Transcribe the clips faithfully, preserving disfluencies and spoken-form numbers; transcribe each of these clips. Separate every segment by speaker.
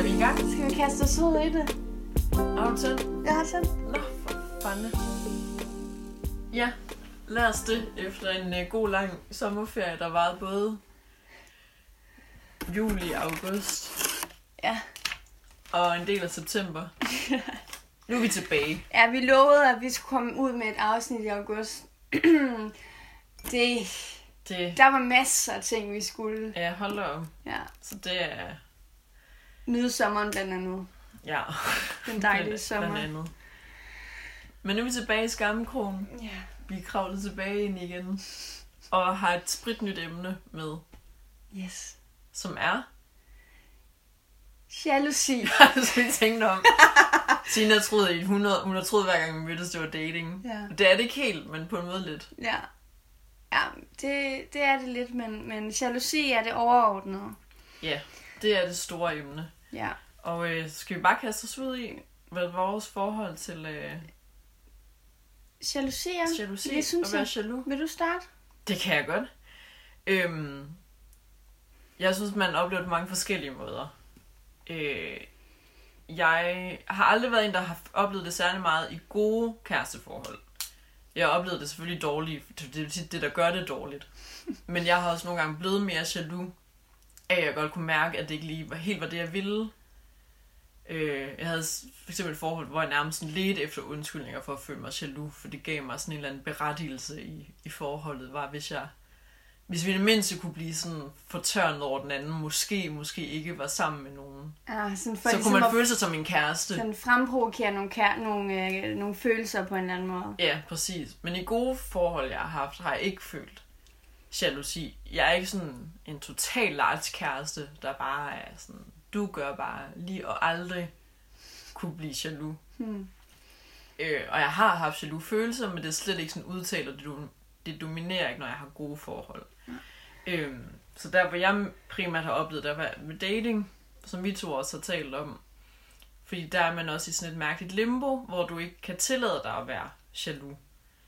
Speaker 1: vi i gang?
Speaker 2: Skal vi kaste os ud i det?
Speaker 1: Har du tændt?
Speaker 2: Jeg har tændt.
Speaker 1: Nå, for fanden. Ja, lad os det efter en uh, god lang sommerferie, der varede både juli og august.
Speaker 2: Ja.
Speaker 1: Og en del af september. Nu er vi tilbage.
Speaker 2: Ja, vi lovede, at vi skulle komme ud med et afsnit i august. det,
Speaker 1: Det,
Speaker 2: der var masser af ting, vi skulle.
Speaker 1: ja, hold da op.
Speaker 2: Ja.
Speaker 1: Så det er...
Speaker 2: Nyde sommeren blandt andet.
Speaker 1: Ja.
Speaker 2: Den dejlige
Speaker 1: Blandt-
Speaker 2: sommer.
Speaker 1: blandt andet. Men nu er vi tilbage i Skammekrogen.
Speaker 2: Ja.
Speaker 1: Vi er kravlet tilbage ind igen. Og har et spritnyt emne med,
Speaker 2: Yes.
Speaker 1: som er...
Speaker 2: Jalousi.
Speaker 1: Så vi tænkte om. Tina troede i hundrede, hun har troet hver gang vi mødtes, det var dating.
Speaker 2: Ja.
Speaker 1: Det er det ikke helt, men på en måde lidt.
Speaker 2: Ja. Ja, det, det er det lidt, men, men jalousi er det overordnede.
Speaker 1: Ja, det er det store emne.
Speaker 2: Ja.
Speaker 1: Og øh, skal vi bare kaste os ud i, hvad vores forhold til øh,
Speaker 2: Jalousi, ja.
Speaker 1: jalousi
Speaker 2: Det synes
Speaker 1: og være
Speaker 2: jeg.
Speaker 1: jaloux?
Speaker 2: Vil du starte?
Speaker 1: Det kan jeg godt. Øhm, jeg synes, man oplever det på mange forskellige måder. Øh, jeg har aldrig været en, der har oplevet det særlig meget i gode kæresteforhold. Jeg har oplevet det selvfølgelig dårligt, for det er tit det, der gør det dårligt. Men jeg har også nogle gange blevet mere jaloux, af jeg godt kunne mærke, at det ikke lige var helt var det, jeg ville. Øh, jeg havde for eksempel et forhold, hvor jeg nærmest ledte efter undskyldninger for at føle mig jaloux, for det gav mig sådan en eller anden berettigelse i, i forholdet, var hvis jeg, hvis vi i det mindste kunne blive sådan fortørnet over den anden, måske, måske ikke var sammen med nogen,
Speaker 2: Ja, sådan for
Speaker 1: så
Speaker 2: ligesom
Speaker 1: kunne man
Speaker 2: at
Speaker 1: føle sig som en kæreste.
Speaker 2: sådan fremprovokere nogle, kær- nogle, øh, nogle følelser på en eller anden måde.
Speaker 1: Ja, præcis. Men i gode forhold, jeg har haft, har jeg ikke følt jalousi. Jeg er ikke sådan en total large kæreste, der bare er sådan, du gør bare lige og aldrig kunne blive jaloux.
Speaker 2: Hmm.
Speaker 1: Øh, og jeg har haft jaloux følelser, men det er slet ikke sådan udtalt, og det, det dominerer ikke, når jeg har gode forhold.
Speaker 2: Mm.
Speaker 1: Øh, så der, hvor jeg primært har oplevet, der var med dating, som vi to også har talt om, fordi der er man også i sådan et mærkeligt limbo, hvor du ikke kan tillade dig at være jaloux.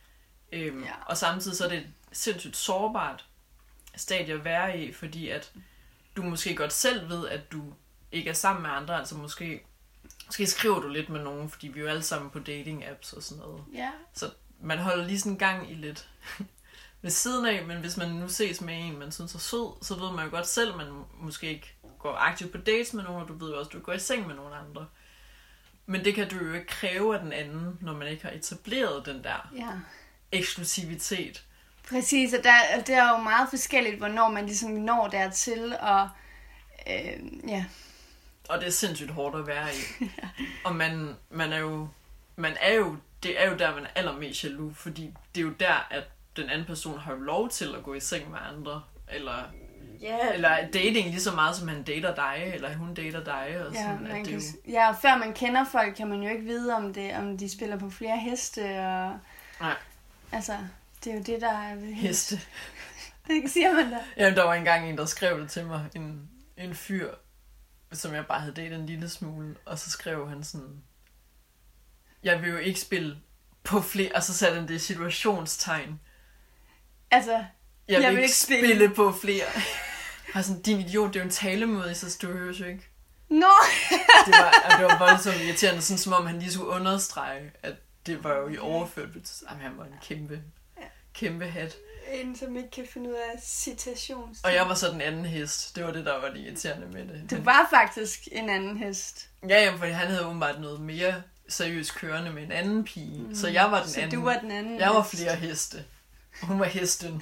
Speaker 1: Øhm,
Speaker 2: Ja.
Speaker 1: Og samtidig så er det et sindssygt sårbart stadie at være i, fordi at du måske godt selv ved, at du ikke er sammen med andre, altså måske, måske skriver du lidt med nogen, fordi vi er jo alle sammen på dating-apps og sådan noget.
Speaker 2: Ja.
Speaker 1: Så man holder lige sådan gang i lidt ved siden af, men hvis man nu ses med en, man synes er sød, så ved man jo godt selv, at man måske ikke går aktivt på dates med nogen, og du ved jo også, at du går i seng med nogen andre. Men det kan du jo ikke kræve af den anden, når man ikke har etableret den der
Speaker 2: Ja.
Speaker 1: eksklusivitet.
Speaker 2: Præcis, og der, og det er jo meget forskelligt, hvornår man ligesom når dertil, og øh, ja.
Speaker 1: Og det er sindssygt hårdt at være i. Ja. Og man, man er jo, man er jo, det er jo der, man er allermest jaloux, fordi det er jo der, at den anden person har jo lov til at gå i seng med andre, eller,
Speaker 2: Ja,
Speaker 1: eller dating lige så meget, som han dater dig, eller hun dater dig, og
Speaker 2: ja,
Speaker 1: sådan,
Speaker 2: man
Speaker 1: at det
Speaker 2: kan,
Speaker 1: jo...
Speaker 2: ja, og før man kender folk, kan man jo ikke vide, om, det, om de spiller på flere heste, og
Speaker 1: Nej,
Speaker 2: altså, det er jo det, der er ved
Speaker 1: heste.
Speaker 2: Det siger man da.
Speaker 1: Jamen, der var engang en, der skrev det til mig, en, en fyr, som jeg bare havde datet en lille smule, og så skrev han sådan, jeg vil jo ikke spille på flere, og så satte han det i situationstegn.
Speaker 2: Altså,
Speaker 1: Jeg,
Speaker 2: Jeg
Speaker 1: vil
Speaker 2: vil
Speaker 1: ikke
Speaker 2: ikke spille.
Speaker 1: spille på flere. Og sådan, din idiot, det er jo en talemåde, så du hører jo ikke.
Speaker 2: nå!
Speaker 1: Det var, og det var voldsomt irriterende, sådan som om han lige skulle understrege, at det var jo i overført betydning. Jamen, han var en kæmpe, kæmpe hat.
Speaker 2: En, som ikke kan finde ud af citations.
Speaker 1: Og jeg var så den anden hest. Det var det, der var det irriterende med det.
Speaker 2: Du var faktisk en anden hest.
Speaker 1: Ja, jamen, fordi han havde åbenbart noget mere seriøst kørende med en anden pige. Mm. Så jeg var den
Speaker 2: Så
Speaker 1: anden.
Speaker 2: du var den anden
Speaker 1: Jeg var
Speaker 2: hest.
Speaker 1: flere heste. Og hun var hesten.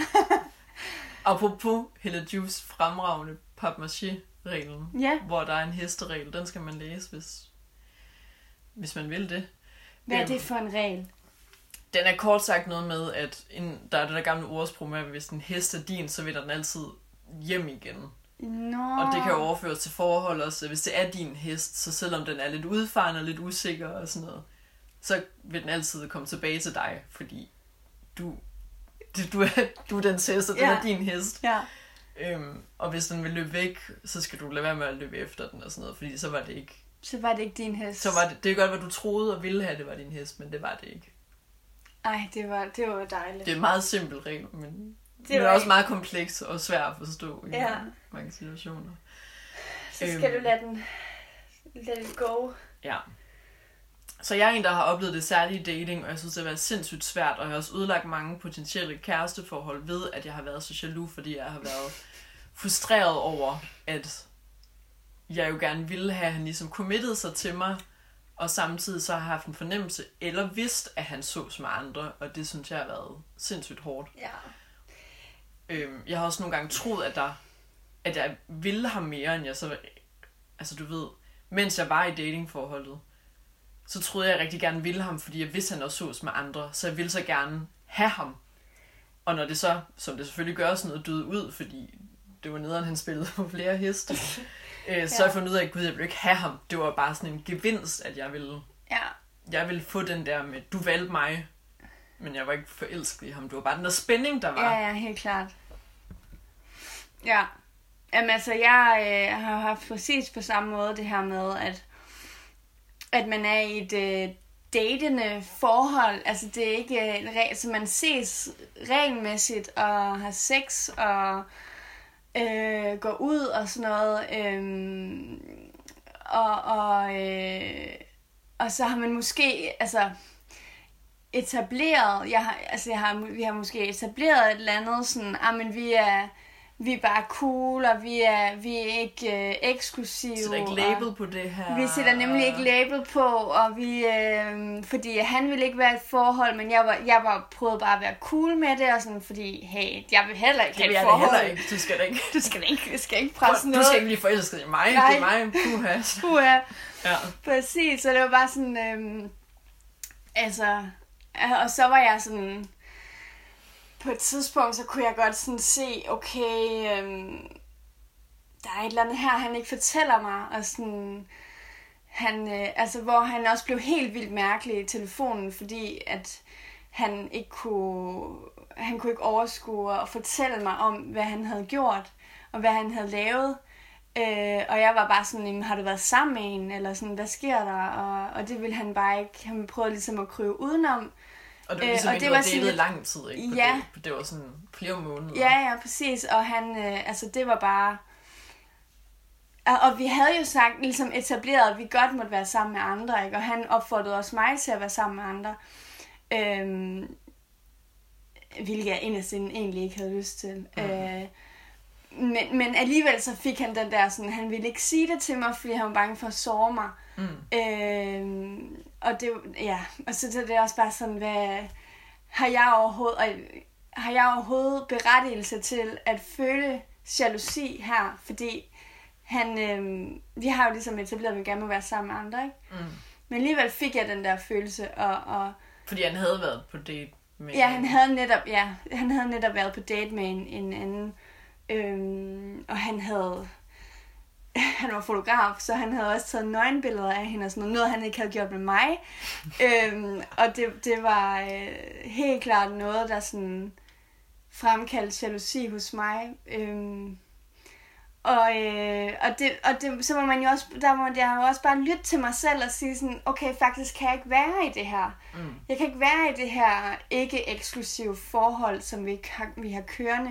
Speaker 1: Apropos Hella Juice fremragende papmaché-reglen,
Speaker 2: Ja.
Speaker 1: hvor der er en hesteregel, den skal man læse, hvis, hvis man vil det.
Speaker 2: Hvad er
Speaker 1: Øhm,
Speaker 2: det for en regel?
Speaker 1: Den er kort sagt noget med, at en, der er det der gamle ordsprog med, at hvis en hest er din, så vil den altid hjem igen.
Speaker 2: Nå.
Speaker 1: Og det kan jo overføres til forhold også. Hvis det er din hest, så selvom den er lidt udfarende og lidt usikker og sådan noget, så vil den altid komme tilbage til dig, fordi du, du, du, er, du er dens hest, og den
Speaker 2: Ja.
Speaker 1: er din hest.
Speaker 2: Ja.
Speaker 1: Øhm, og hvis den vil løbe væk, så skal du lade være med at løbe efter den og sådan noget, fordi så var det ikke...
Speaker 2: Så var det ikke din hest.
Speaker 1: Så var det, det er godt, hvad du troede og ville have, det var din hest, men det var det ikke.
Speaker 2: Ej, det var, det var dejligt.
Speaker 1: Det er en meget simpel regel, men
Speaker 2: Det
Speaker 1: det er
Speaker 2: var
Speaker 1: også
Speaker 2: ikke-
Speaker 1: meget kompleks og svært at forstå i
Speaker 2: Ja.
Speaker 1: mange, mange situationer.
Speaker 2: Så skal
Speaker 1: Øhm.
Speaker 2: du lade den let it go.
Speaker 1: Ja. Så jeg er en, der har oplevet det særlige dating, og jeg synes, det har været sindssygt svært, og jeg har også udlagt mange potentielle kæresteforhold ved, at jeg har været så jaloux, fordi jeg har været frustreret over, at jeg jo gerne ville have, at han ligesom committed sig til mig, og samtidig så har jeg haft en fornemmelse, eller vidst, at han sås med andre, og det synes jeg har været sindssygt hårdt.
Speaker 2: Ja.
Speaker 1: Øhm, jeg har også nogle gange troet, at, der, at jeg ville have mere, end jeg så... Altså du ved, mens jeg var i datingforholdet, så troede jeg, at jeg rigtig gerne ville ham, fordi jeg vidste, at han også sås med andre, så jeg ville så gerne have ham. Og når det så, som det selvfølgelig gør, sådan noget døde ud, fordi det var nederen, han spillede på flere heste, øh, så ja. Jeg fundet ud af, at gud, jeg ville ikke have ham. Det var bare sådan en gevinst, at jeg ville,
Speaker 2: ja.
Speaker 1: jeg ville få den der med, du valgte mig, men jeg var ikke forelsket i ham. Det var bare den der spænding, der var.
Speaker 2: Ja, ja, helt klart. Ja. Jamen altså, jeg øh, har haft præcis på samme måde det her med, at at man er i et øh, datende forhold. Altså, det er ikke... Øh, så man ses regelmæssigt og har sex og øh, går ud og sådan noget. Øh, og, og, øh, og så har man måske... Altså, etableret... Jeg har, altså, jeg har, vi har måske etableret et eller andet sådan... Ah, men vi er... Vi er bare cool, og vi er, vi er ikke øh, eksklusive.
Speaker 1: Så der er ikke label på det her.
Speaker 2: Vi sætter nemlig ikke label på, og vi, øh, fordi han ville ikke være et forhold, men jeg var, jeg var prøvet bare at være cool med det, og sådan, fordi, hey, jeg vil heller ikke
Speaker 1: have et
Speaker 2: forhold.
Speaker 1: Det vil jeg heller ikke. Du skal da ikke.
Speaker 2: Du skal ikke, du skal ikke presse
Speaker 1: du,
Speaker 2: noget.
Speaker 1: Du skal ikke blive forelsket i mig.
Speaker 2: Nej.
Speaker 1: Det er mig. Puha.
Speaker 2: Puha.
Speaker 1: Ja.
Speaker 2: Præcis, så det var bare sådan, øh, altså, og så var jeg sådan... På et tidspunkt, så kunne jeg godt sådan se, okay, øhm, der er et eller andet her, han ikke fortæller mig, og sådan, han, øh, altså, hvor han også blev helt vildt mærkelig i telefonen, fordi at han ikke kunne, han kunne ikke overskue og fortælle mig om, hvad han havde gjort, og hvad han havde lavet. Øh, og jeg var bare sådan, har du været sammen med en, eller sådan, hvad sker der? Og, og det ville han bare ikke, han prøvede ligesom at krybe udenom.
Speaker 1: Og det var ligesom, øh, og det var datet lidt... lang tid, ikke? På
Speaker 2: ja.
Speaker 1: Det. det var sådan flere måneder.
Speaker 2: Ja, ja, præcis. Og han, øh, altså det var bare... Og, og vi havde jo sagt, ligesom etableret, at vi godt måtte være sammen med andre, ikke? Og han opfordrede også mig til at være sammen med andre. Øhm, hvilket jeg inderst egentlig ikke havde lyst til. Mm. Øh, men, men alligevel så fik han den der sådan, han ville ikke sige det til mig, fordi han var bange for at såre mig. Mm. Øhm, og det, ja, og så det er også bare sådan, hvad har jeg overhovedet, har jeg overhovedet berettigelse til at føle jalousi her, fordi han, øhm, vi har jo ligesom etableret, at vi gerne må være sammen med andre, ikke? Mm. Men alligevel fik jeg den der følelse, og, og
Speaker 1: fordi han havde været på date med
Speaker 2: ja, han havde netop, ja, han havde netop været på date med en, en anden, øhm, og han havde han var fotograf, så han havde også taget nøgenbilleder af hende og sådan noget, noget han ikke havde gjort med mig. øhm, og det, det var øh, helt klart noget, der sådan fremkaldte jalousi hos mig. Øhm, og, øh, og, det, og det, så må man jo også, der må jeg jo også bare lytte til mig selv og sige sådan, okay, faktisk kan jeg ikke være i det her. Mm. Jeg kan ikke være i det her ikke-eksklusive forhold, som vi har, vi har kørende.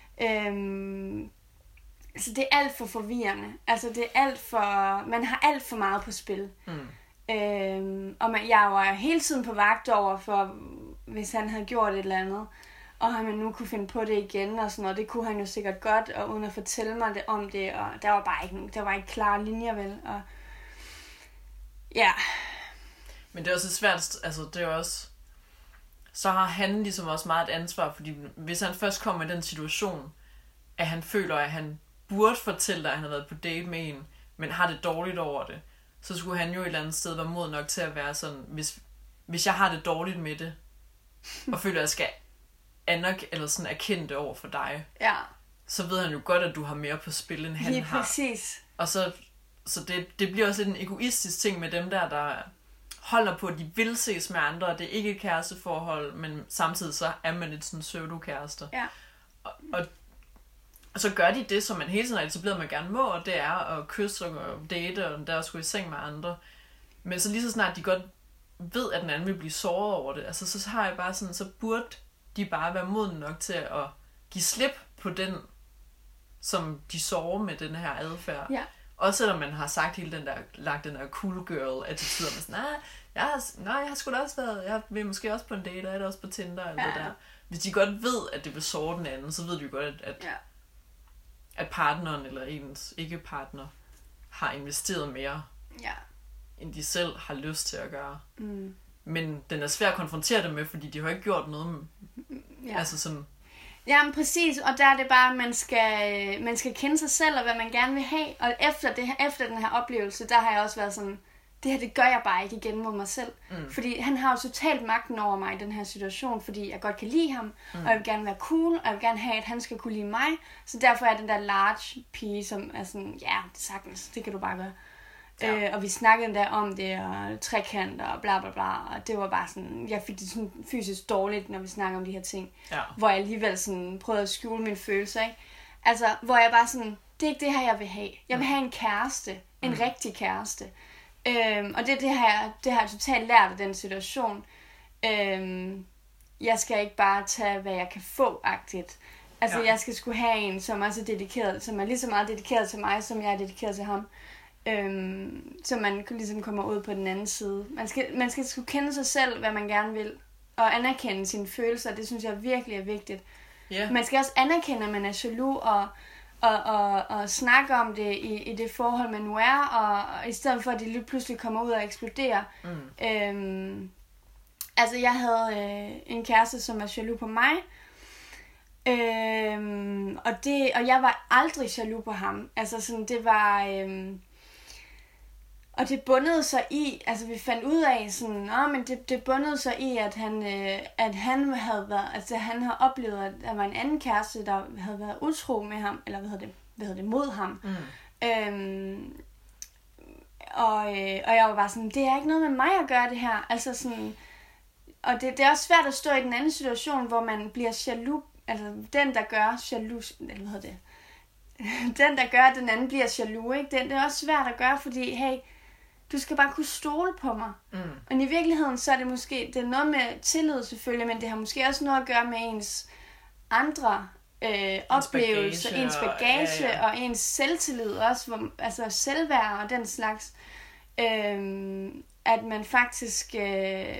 Speaker 2: Øhm, Så det er alt for forvirrende. Altså det er alt for... Man har alt for meget på spil. Mm. Øhm, og man, jeg var hele tiden på vagt over for, hvis han havde gjort et eller andet, og han nu kunne finde på det igen og sådan noget. Det kunne han jo sikkert godt, og uden at fortælle mig det om det. Og der var bare ikke, der var ikke klare linjer, vel? Og ja.
Speaker 1: Men det er også svært, altså det er også... Så har han ligesom også meget et ansvar, fordi hvis han først kommer i den situation, at han føler, at han burde fortælle dig, at han har været på date med en, men har det dårligt over det, så skulle han jo et eller andet sted være mod nok til at være sådan, hvis, hvis jeg har det dårligt med det, og føler, at jeg skal anerk- eller sådan erkende det over for dig,
Speaker 2: ja.
Speaker 1: Så ved han jo godt, at du har mere på spil, end han
Speaker 2: Lige
Speaker 1: har.
Speaker 2: præcis.
Speaker 1: Og så, så det, det bliver også en egoistisk ting med dem der, der holder på, at de vil ses med andre, og det er ikke et kæresteforhold, men samtidig så er man et sådan pseudo-kæreste.
Speaker 2: Ja.
Speaker 1: Og, og Og så gør de det, som man hele tiden har etableret, man gerne må, og det er at kysse og date, og der skulle i seng med andre. Men så lige så snart de godt ved, at den anden vil blive såret over det, altså så har jeg bare sådan, så burde de bare være modne nok til at give slip på den, som de sårer med den her adfærd.
Speaker 2: Ja.
Speaker 1: Også selvom man har sagt hele den der, lagt den der cool girl attitude, man sådan, nej, jeg har, nej, jeg har sgu da også været, jeg vil måske også på en date, og jeg er da også på Tinder, eller ja. det der. Hvis de godt ved, at det vil såre den anden, så ved de jo godt, at, at, ja. at partneren eller ens ikke-partner har investeret mere,
Speaker 2: ja. end
Speaker 1: de selv har lyst til at gøre.
Speaker 2: Mm.
Speaker 1: Men den er svær at konfrontere dem med, fordi de har ikke gjort noget med, ja. altså sådan...
Speaker 2: Jamen præcis, og der er det bare, at man skal, man skal kende sig selv, og hvad man gerne vil have. Og efter, det, efter den her oplevelse, der har jeg også været sådan, det her, det gør jeg bare ikke igen mod mig selv. Mm. Fordi han har jo totalt magten over mig i den her situation, fordi jeg godt kan lide ham, mm. og jeg vil gerne være cool, og jeg vil gerne have, at han skal kunne lide mig. Så derfor er den der large pige, som er sådan, ja, det sagtens, det kan du bare gøre. Ja. Øh, og vi snakkede endda om det, og trekanter, og bla bla bla, og det var bare sådan, jeg fik det sådan fysisk dårligt, når vi snakker om de her ting, ja. Hvor jeg alligevel sådan prøvede at skjule mine følelser, ikke? Altså, hvor jeg bare sådan, det er ikke det her, jeg vil have. Jeg vil have en kæreste, en mm. rigtig kæreste. Øhm, og det, det, har jeg, det har jeg totalt lært af den situation. Øhm, jeg skal ikke bare tage, hvad jeg kan få-agtigt. Altså, ja. Jeg skal sgu have en, som også er dedikeret, som er lige så meget dedikeret til mig, som jeg er dedikeret til ham. Øhm, så man ligesom kommer ud på den anden side. Man skal, man skal sgu kende sig selv, hvad man gerne vil, og anerkende sine følelser. Det synes jeg virkelig er vigtigt. Yeah. Man skal også anerkende, at man er jaloux, og, og, og, og snakke om det i, i det forhold, man nu er, og, og i stedet for, at det lige pludselig kommer ud og eksploderer. Mm. Øhm, altså, jeg havde øh, en kæreste, som var jaloux på mig, øhm, og, det, og jeg var aldrig jaloux på ham. Altså, sådan, det var... Øhm, Og det bundede sig i, altså vi fandt ud af sådan, nå, men det, det bundede sig i, at han, øh, at han havde været, altså han havde oplevet, at der var en anden kæreste, der havde været utro med ham, eller hvad hedder det, hvad hedder det, mod ham. Mm. Øhm, og, øh, og jeg var bare sådan, det er ikke noget med mig at gøre det her, altså sådan, og det, det er også svært at stå i den anden situation, hvor man bliver jaloux, altså den, der gør jaloux, eller hvad hedder det, den, der gør, at den anden bliver jaloux, ikke? Det, det er også svært at gøre, fordi, hey, du skal bare kunne stole på mig. Mm. Og i virkeligheden, så er det måske, det er noget med tillid selvfølgelig, men det har måske også noget at gøre med ens andre øh, oplevelser, ens bagage og, ja, ja. og ens selvtillid også, hvor, altså selvværd og den slags. Øh, at man faktisk øh,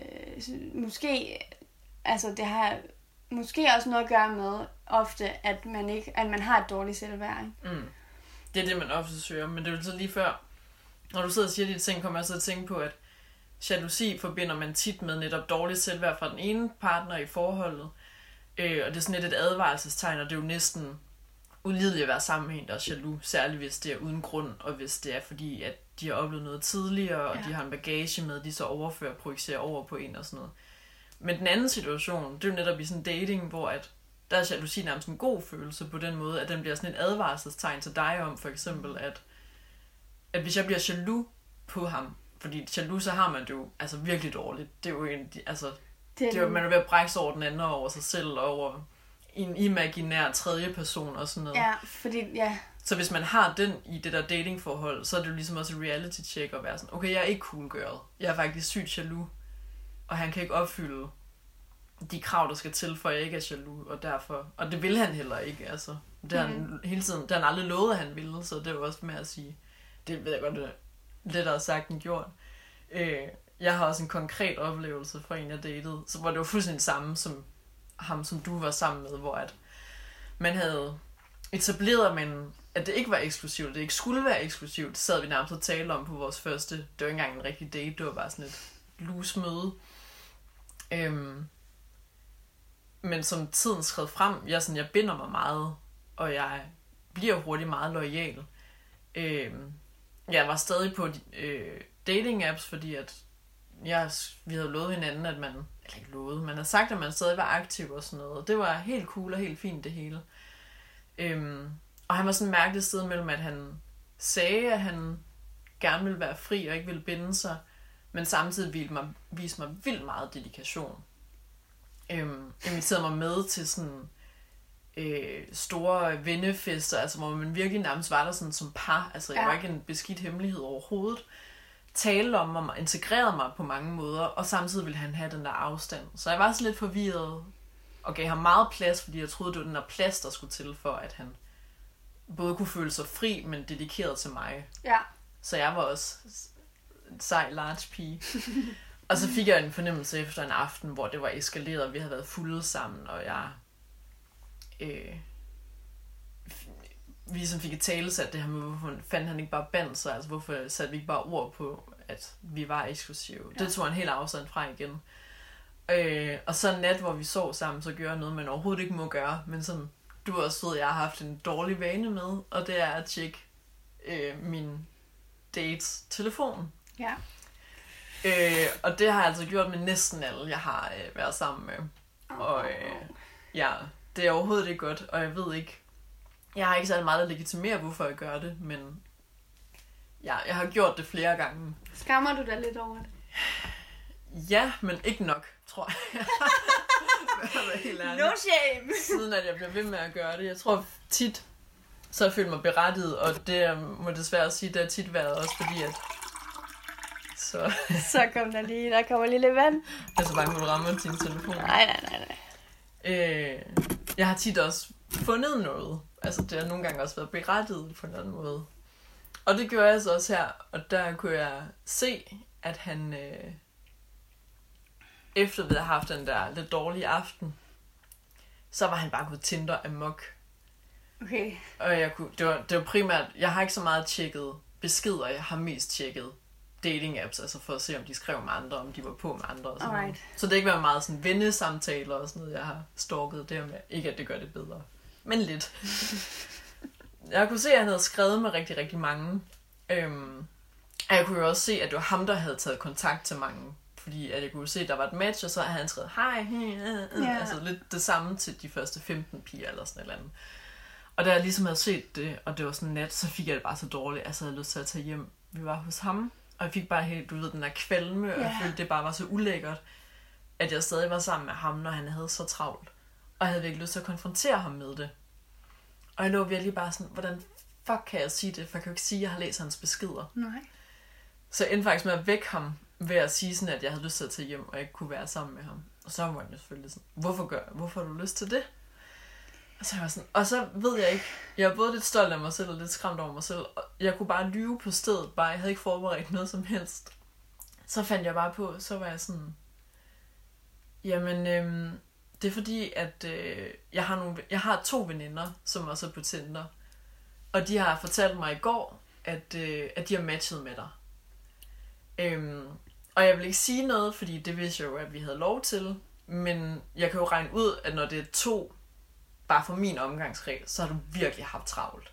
Speaker 2: måske, altså det har måske også noget at gøre med ofte, at man, ikke, at man har et dårligt selvværd. Ikke?
Speaker 1: Mm. Det er det, man ofte søger, men det er jo så lige før, når du sidder og siger de ting, kommer jeg så at tænke på, at jalousi forbinder man tit med netop dårligt selvværd fra den ene partner i forholdet. Øh, og det er sådan lidt et advarselstegn, og det er jo næsten ulideligt at være sammen med en, der er jaloux. Særligt hvis det er uden grund, og hvis det er fordi, at de har oplevet noget tidligere, og ja. de har en bagage med, de så overfører og projicerer over på en og sådan noget. Men den anden situation, det er jo netop i sådan en dating, hvor at der er jalousi nærmest en god følelse på den måde, at den bliver sådan et advarselstegn til dig om, for eksempel, at at hvis jeg bliver jaloux på ham, fordi jaloux, så har man det jo altså virkelig dårligt. Det er jo en, altså, det er, det er jo, man er ved at brække sig over den anden, over sig selv, og over en imaginær tredje person og sådan noget.
Speaker 2: Ja, fordi, ja.
Speaker 1: Så hvis man har den i det der datingforhold, så er det jo ligesom også et reality check at være sådan, okay, jeg er ikke cool girl. Jeg er faktisk sygt jaloux, og han kan ikke opfylde de krav, der skal til, for at jeg ikke er jaloux, og derfor, og det vil han heller ikke, altså. Det har mm. han hele tiden, det har han aldrig lovet, at han ville, så det er jo også med at sige, det ved jeg godt, det er lettere sagt end gjort. Øh, jeg har også en konkret oplevelse fra en, jeg datede, så hvor det var fuldstændig samme som ham, som du var sammen med, hvor at man havde etableret, men at det ikke var eksklusivt, det ikke skulle være eksklusivt, det sad vi nærmest og talte om på vores første, det var ikke engang en rigtig date, det var bare sådan et loose møde. Øhm, men som tiden skred frem, jeg, sådan, jeg binder mig meget, og jeg bliver hurtigt meget loyal. Øhm, jeg var stadig på øh, dating apps, fordi at jeg, vi havde lovet hinanden, at man, eller ikke lovet, man havde sagt, at man stadig var aktiv og sådan noget. Det var helt cool og helt fint det hele. Øhm, og han var sådan en mærkelig sted mellem, at han sagde, at han gerne ville være fri og ikke ville binde sig, men samtidig ville mig, vise mig vildt meget dedikation. Øhm, inviterede mig med til sådan øh, store vennefester, altså hvor man virkelig nærmest var der sådan som par. Altså jeg ja. var ikke en beskidt hemmelighed overhovedet. Talte om mig, integrerede mig på mange måder, og samtidig ville han have den der afstand. Så jeg var så lidt forvirret, og gav ham meget plads, fordi jeg troede, det var den der plads, der skulle til for, at han både kunne føle sig fri, men dedikeret til mig.
Speaker 2: Ja.
Speaker 1: Så jeg var også en sej large pige. Og så fik jeg en fornemmelse efter en aften, hvor det var eskaleret, vi havde været fulde sammen, og jeg... Øh, vi ligesom fik et talesat det her med, hvorfor fandt han ikke bare band sig, altså hvorfor satte vi ikke bare ord på, at vi var eksklusive. Ja. Det tog han helt afstand fra igen. Øh, og så en nat, hvor vi sov sammen, så gjorde jeg noget, man overhovedet ikke må gøre, men som du også ved, jeg har haft en dårlig vane med, og det er at tjekke øh, min dates telefon.
Speaker 2: Ja.
Speaker 1: Øh, og det har jeg altså gjort med næsten alle, jeg har øh, været sammen med. Og øh, ja, det er overhovedet ikke godt, og jeg ved ikke, jeg har ikke særlig meget at legitimere, hvorfor jeg gør det, men ja, jeg har gjort det flere gange.
Speaker 2: Skammer du dig lidt over det?
Speaker 1: Ja, men ikke nok, tror jeg. Helt
Speaker 2: no shame!
Speaker 1: Siden at jeg bliver ved med at gøre det. Jeg tror tit, så har jeg følt mig berettiget, og det må desværre sige, det har tit været også fordi, at så...
Speaker 2: så kom der lige, der kommer lille vand.
Speaker 1: Jeg er så bange for, at du rammer din telefon.
Speaker 2: Nej, nej, nej, nej.
Speaker 1: Øh, jeg har tit også fundet noget. Altså, det har nogle gange også været berettiget på en anden måde. Og det gjorde jeg så også her, og der kunne jeg se, at han... Øh, efter vi havde haft den der lidt dårlige aften, så var han bare gået Tinder amok.
Speaker 2: Okay.
Speaker 1: Og jeg kunne, det, var, det var primært, jeg har ikke så meget tjekket beskeder, jeg har mest tjekket dating apps, altså for at se, om de skrev med andre, om de var på med andre og sådan noget. Så det har ikke været meget sådan vennesamtaler og sådan noget, jeg har stalket der med. Ikke at det gør det bedre, men lidt. Jeg kunne se, at han havde skrevet med rigtig, rigtig mange. Øhm, og jeg kunne jo også se, at det var ham, der havde taget kontakt til mange. Fordi at jeg kunne se, at der var et match, og så havde han skrevet, hej, hey, øh, øh. Yeah. Altså lidt det samme til de første femten piger, eller sådan et eller andet. Og da jeg ligesom havde set det, og det var sådan nat, så fik jeg det bare så dårligt, altså jeg havde lyst til at tage hjem. Vi var hos ham, og jeg fik bare helt, du ved, den der kvalme, yeah. Og jeg følte, det bare var så ulækkert, at jeg stadig var sammen med ham, når han havde så travlt. Og jeg havde virkelig lyst til at konfrontere ham med det. Og jeg lå virkelig bare sådan, hvordan fuck kan jeg sige det, for jeg kan jo ikke sige, at jeg har læst hans beskeder.
Speaker 2: Nej.
Speaker 1: Så jeg endte faktisk med at vække ham, ved at sige sådan, at jeg havde lyst til at tage hjem, og ikke kunne være sammen med ham. Og så var han jo selvfølgelig sådan, hvorfor, gør, hvorfor har du lyst til det? Og så var jeg sådan, og så ved jeg ikke, jeg er både lidt stolt af mig selv, og lidt skræmt over mig selv, og jeg kunne bare lyve på stedet, bare jeg havde ikke forberedt noget som helst. Så fandt jeg bare på, så var jeg sådan, jamen, øhm, det er fordi, at øh, jeg, har nogle, jeg har to veninder, som også er på Tinder, og de har fortalt mig i går, at, øh, at de har matchet med dig. Øhm, og jeg vil ikke sige noget, fordi det vidste jeg jo, at vi havde lov til, men jeg kan jo regne ud, at når det er to, bare for min omgangskreds, så har du virkelig haft travlt.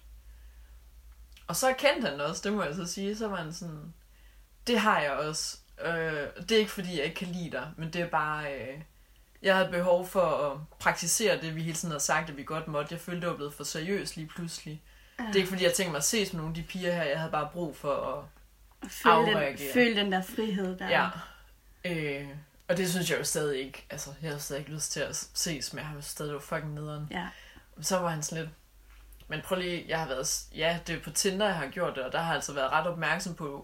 Speaker 1: Og så kendte han også, det må jeg så sige, så var han sådan, det har jeg også. Øh, det er ikke fordi, jeg ikke kan lide dig, men det er bare, øh, jeg havde behov for at praktisere det, vi hele tiden havde sagt, at vi godt måtte. Jeg følte, det var blevet for seriøst lige pludselig. Uh. Det er ikke fordi, jeg tænkte mig at ses med nogle af de piger her, jeg havde bare brug for at
Speaker 2: Føl den, føl den der frihed der.
Speaker 1: Ja. Øh, og det synes jeg jo stadig ikke. Altså, jeg havde stadig ikke lyst til at ses, men jeg har jo stadig jo fucking nederen.
Speaker 2: Ja.
Speaker 1: Så var han sådan lidt, men prøv lige, jeg har været, ja, det er på Tinder, jeg har gjort det, og der har jeg altså været ret opmærksom på,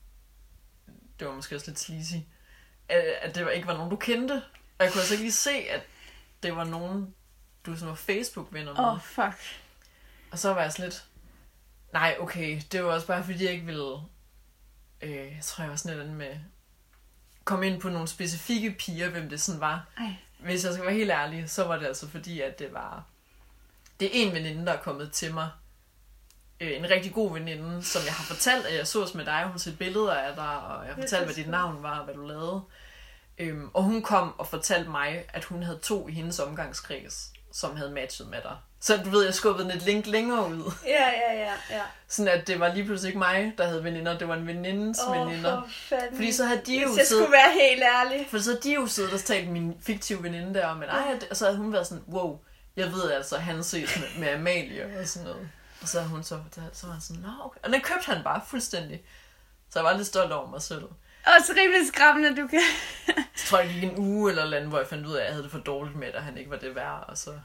Speaker 1: det var måske også lidt sleazy, at det ikke var nogen, du kendte. Og jeg kunne altså ikke lige se, at det var nogen, du sådan var Facebook-venner med.
Speaker 2: Åh, oh, fuck.
Speaker 1: Og så var jeg sådan lidt, nej, okay, det var også bare fordi, jeg ikke ville, øh, jeg tror, jeg var sådan lidt med, komme ind på nogle specifikke piger, hvem det sådan var.
Speaker 2: Ej.
Speaker 1: Hvis jeg skal være helt ærlig, så var det altså fordi, at det var, det er en veninde, der er kommet til mig, øh, en rigtig god veninde, som jeg har fortalt, at jeg sås med dig, hun set billeder af dig, og jeg fortalte, hvad dit navn var, og hvad du lavede. Øhm, og hun kom og fortalte mig, at hun havde to i hendes omgangskreds, som havde matchet med dig. Så du ved, jeg skubbede den et link længere ud.
Speaker 2: Ja, ja, ja, ja.
Speaker 1: Sådan at det var lige pludselig ikke mig, der havde veninder, det var en venindes oh, veninder.
Speaker 2: For fanden.
Speaker 1: Fordi så havde de jo
Speaker 2: Hvis jeg siddet, skulle være helt ærlig.
Speaker 1: For så havde de jo siddet og talt min fiktive veninde der om, at ej, og så havde hun været sådan, wow, jeg ved altså, at han ses med, med Amalie og sådan noget. Og så havde hun så fortalt, så var han sådan, nå okay. Og den købte han bare fuldstændig. Så jeg var lidt stolt over mig selv.
Speaker 2: Også rimelig skræmmende, du kan.
Speaker 1: Så tror jeg, det gik en uge eller andet, hvor jeg fandt ud af, at jeg havde det for dårligt med, at han ikke var det værd, og så...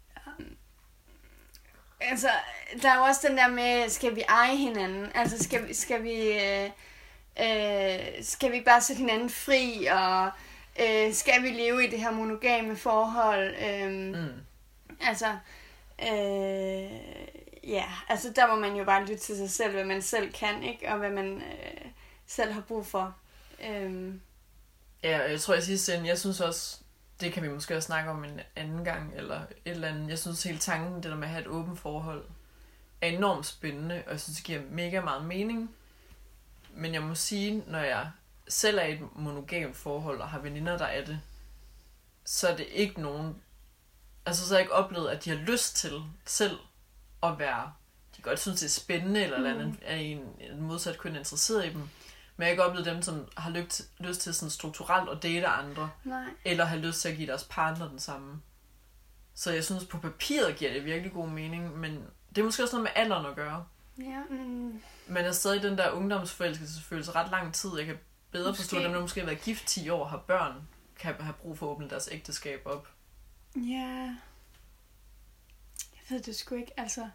Speaker 2: Altså, der er jo også den der med, skal vi eje hinanden? Altså, skal vi, skal vi, øh, øh, skal vi bare sætte hinanden fri, og øh, skal vi leve i det her monogame forhold? Øh, mm. Altså, øh, ja, altså der må man jo bare lytte til sig selv, hvad man selv kan, ikke? Og hvad man øh, selv har brug for. Øhm.
Speaker 1: Ja, jeg tror i sidste ende, jeg synes også, det kan vi måske også snakke om en anden gang, eller et eller andet. Jeg synes hele tanken, det der med at have et åbent forhold, er enormt spændende, og jeg synes, det giver mega meget mening. Men jeg må sige, når jeg selv er i et monogamt forhold, og har veninder, der er det, så er det ikke nogen... Altså, så har jeg ikke oplevet, at de har lyst til selv at være... De godt synes, det er spændende, eller, mm. eller andet, er en, en modsat køn interesseret i dem. Men jeg har ikke oplevet dem, som har lyst, lyst til sådan strukturelt at date andre.
Speaker 2: Nej. Eller
Speaker 1: har lyst til at give deres partner den samme. Så jeg synes, på papiret giver det virkelig god mening, men det er måske også noget med alderen at gøre.
Speaker 2: Ja, mm.
Speaker 1: Men er stadig den der ungdomsforelskelsesfølelse ret lang tid. Jeg kan bedre måske. forstå, at dem, der måske har været gift ti år, har børn, kan have brug for at åbne deres ægteskab op.
Speaker 2: Ja. Jeg ved det sgu ikke, altså...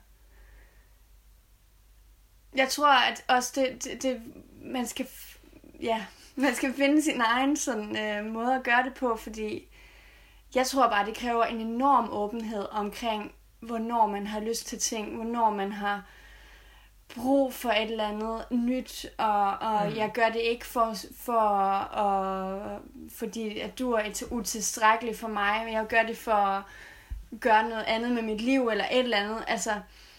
Speaker 2: Jeg tror, at også det, det, det man skal, ja, man skal finde sin egen sådan, øh, måde at gøre det på, fordi jeg tror bare, det kræver en enorm åbenhed omkring, hvornår man har lyst til ting, hvornår man har brug for et eller andet nyt, og, og mm. jeg gør det ikke for, for og, fordi at du er utilstrækkelig for mig, men jeg gør det for at gøre noget andet med mit liv, eller et eller andet, altså,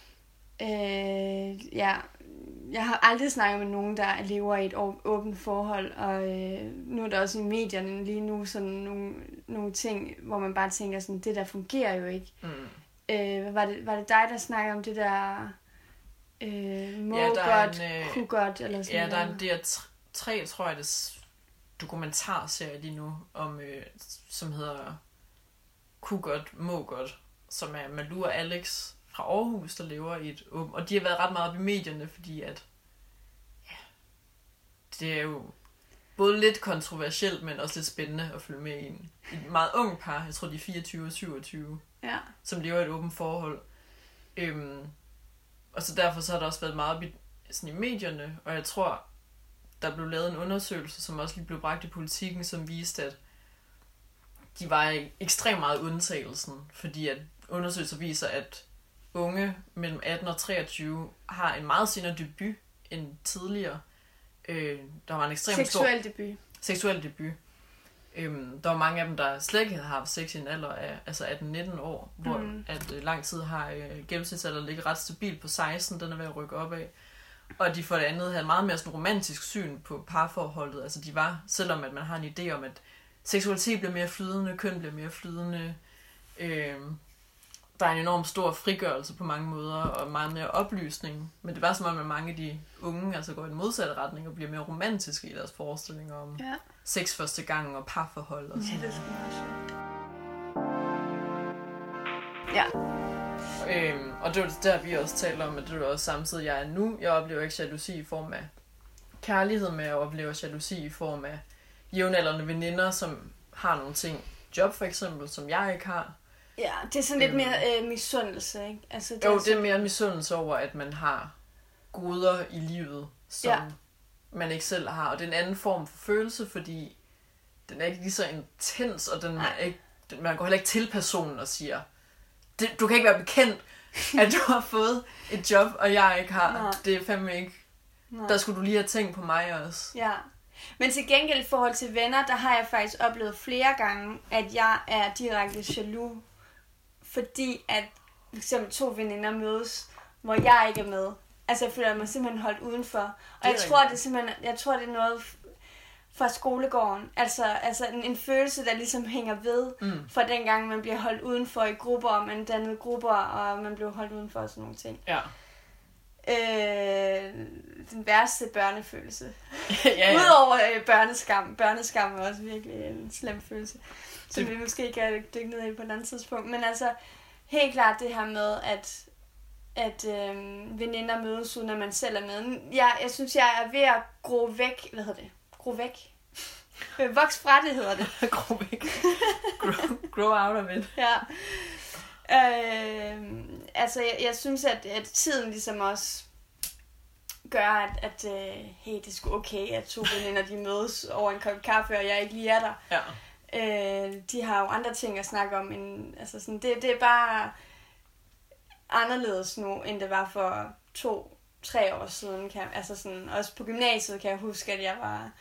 Speaker 2: øh, ja, jeg har aldrig snakket med nogen, der lever i et åbent forhold, og øh, nu er der også i medierne lige nu sådan nogle, nogle ting, hvor man bare tænker sådan, det der fungerer jo ikke. Mm. Øh, var, det, var det dig, der snakkede om det der øh, må ja, godt, en, øh, kunne godt, eller sådan
Speaker 1: ja, der er en D R tre, tror jeg, det dokumentarserie lige nu, om, øh, som hedder Kunne godt, må godt, som er Malou og Alex fra Aarhus, der lever i et åbent... Og de har været ret meget op i medierne, fordi at... Ja, det er jo både lidt kontroversielt, men også lidt spændende at følge med i en, en meget ung par. Jeg tror, de er fireogtyve og syvogtyve,
Speaker 2: ja. Som
Speaker 1: lever i et åbent forhold. Øhm, og så derfor så har der også været meget op i, sådan i medierne, og jeg tror, der blev lavet en undersøgelse, som også lige blev bragt i Politikken, som viste, at de var ekstremt meget undtagelsen, fordi at undersøgelser viser, at unge mellem atten og treogtyve har en meget senere debut end tidligere. Øh, der var en ekstremt
Speaker 2: seksuel
Speaker 1: stor...
Speaker 2: debut.
Speaker 1: Seksuel debut. Øhm, der var mange af dem, der slet ikke havde haft sex i en alder af altså atten nitten år, hvor mm. at øh, lang tid har øh, gennemsnitsalder ligget ret stabilt på seksten, den er ved at rykke op af. Og de for det andet havde meget mere sådan romantisk syn på parforholdet. Altså de var, selvom at man har en idé om, at seksualitet bliver mere flydende, køn bliver mere flydende, øh, der er en enorm stor frigørelse på mange måder, og meget mere oplysning. Men det var som om, at mange af de unge altså går i den modsatte retning, og bliver mere romantiske i deres forestillinger om ja. sex første gang og parforhold. Og sådan
Speaker 2: ja, det er sgu meget sjovt. Ja.
Speaker 1: Øhm, og det var der, vi også taler om, at det er også samtidig, jeg er nu. Jeg oplever ikke jalousi i form af kærlighed, men jeg oplever jalousi i form af jævnaldrende veninder, som har nogle ting. Job for eksempel, som jeg ikke har.
Speaker 2: Ja, det er sådan lidt mere øh, misundelse, ikke? Altså, det
Speaker 1: jo,
Speaker 2: er
Speaker 1: det er mere misundelse over, at man har goder i livet, som ja. man ikke selv har. Og det er en anden form for følelse, fordi den er ikke lige så intens, og den er ikke, den, man går heller ikke til personen og siger, det, du kan ikke være bekendt, at du har fået et job, og jeg ikke har. Nej. Det er fandme ikke. Nej. Der skulle du lige have tænkt på mig også.
Speaker 2: Ja. Men til gengæld i forhold til venner, der har jeg faktisk oplevet flere gange, at jeg er direkte jaloux, fordi at for eksempel to veninder mødes, hvor jeg ikke er med. Altså jeg føler mig simpelthen holdt udenfor. Og jeg tror, det er simpelthen, jeg tror, det er noget fra skolegården. Altså, altså en, en følelse, der ligesom hænger ved mm. fra dengang, man bliver holdt udenfor i grupper, og man dannede grupper, og man blev holdt udenfor og sådan nogle ting.
Speaker 1: Ja.
Speaker 2: Øh, den værste børnefølelse.
Speaker 1: ja, ja.
Speaker 2: Udover øh, børneskam. Børneskam er også virkelig en slem følelse, som det... vi måske kan dykke ned i på et andet tidspunkt. Men altså, helt klart det her med, at, at øh, veninder mødes, uden at man selv er med. Jeg, jeg synes, jeg er ved at gro væk. Hvad hedder det? Gro væk? Voks fra det, hedder det.
Speaker 1: Gro væk. Grow, grow out of it.
Speaker 2: Ja. Øh, altså, jeg, jeg synes, at, at tiden ligesom også gør, at, at uh, hey, det er sgu okay, at to veninder, de mødes over en kop kaffe, og jeg ikke lige er der.
Speaker 1: Ja.
Speaker 2: Øh, de har jo andre ting at snakke om. End, altså sådan, det, det er bare... anderledes nu, end det var for to, tre år siden. Kan, altså sådan, også på gymnasiet kan jeg huske, at jeg var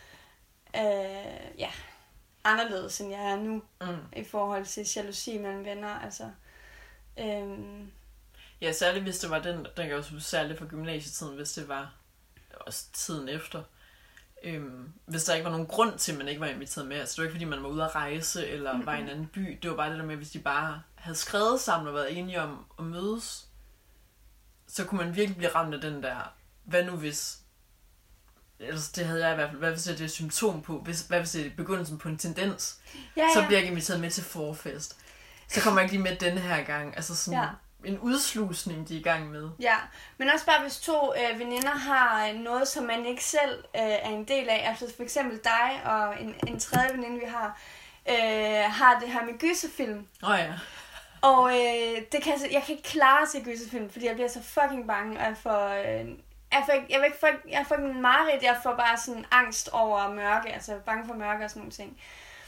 Speaker 2: øh, ja, anderledes, end jeg er nu, mm. i forhold til jalousi mellem venner. Altså, øhm.
Speaker 1: Ja, særligt hvis det var den, den kan også særligt for gymnasietiden, hvis det var også tiden efter. Øhm, hvis der ikke var nogen grund til, at man ikke var inviteret med. Altså det var ikke fordi, man var ude at rejse, eller mm-hmm. var i en anden by. Det var bare det der med, hvis de bare havde skrevet sammen og været enige om at mødes, så kunne man virkelig blive ramt af den der, hvad nu hvis, altså det havde jeg i hvert fald, hvad hvis det er det symptom på, hvis, hvad hvis det er begyndelsen på en tendens, ja, ja. Så bliver jeg ikke inviteret med til forfest. Så kommer jeg ikke lige med denne her gang. Altså sådan ja. En udslusning, de er i gang med.
Speaker 2: Ja, men også bare hvis to øh, veninder har noget, som man ikke selv øh, er en del af. Altså for eksempel dig og en, en tredje veninde, vi har, øh, har det her med gyserfilm.
Speaker 1: Åh oh, ja.
Speaker 2: Og øh, det kan, jeg kan ikke klare at se gyserfilm, fordi jeg bliver så fucking bange. Og jeg får, øh, jeg får, jeg ikke, jeg, jeg får en mareridt, jeg får bare sådan angst over mørke. Altså jeg er bange for mørke og sådan nogle ting.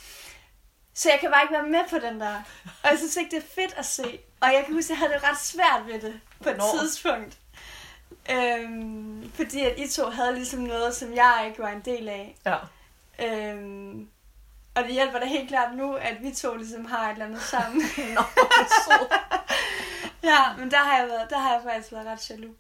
Speaker 2: Så jeg kan bare ikke være med på den der. Og jeg synes ikke, det er fedt at se. Og jeg kan huske, at jeg havde det ret svært ved det på et Nå. tidspunkt. Øhm, fordi at I to havde ligesom noget, som jeg ikke var en del af.
Speaker 1: Ja.
Speaker 2: Øhm, og det hjælper da helt klart nu, at vi to ligesom har et eller andet sammen.
Speaker 1: Nå, så.
Speaker 2: Ja, men der har jeg, været, der har jeg faktisk været ret jaloux.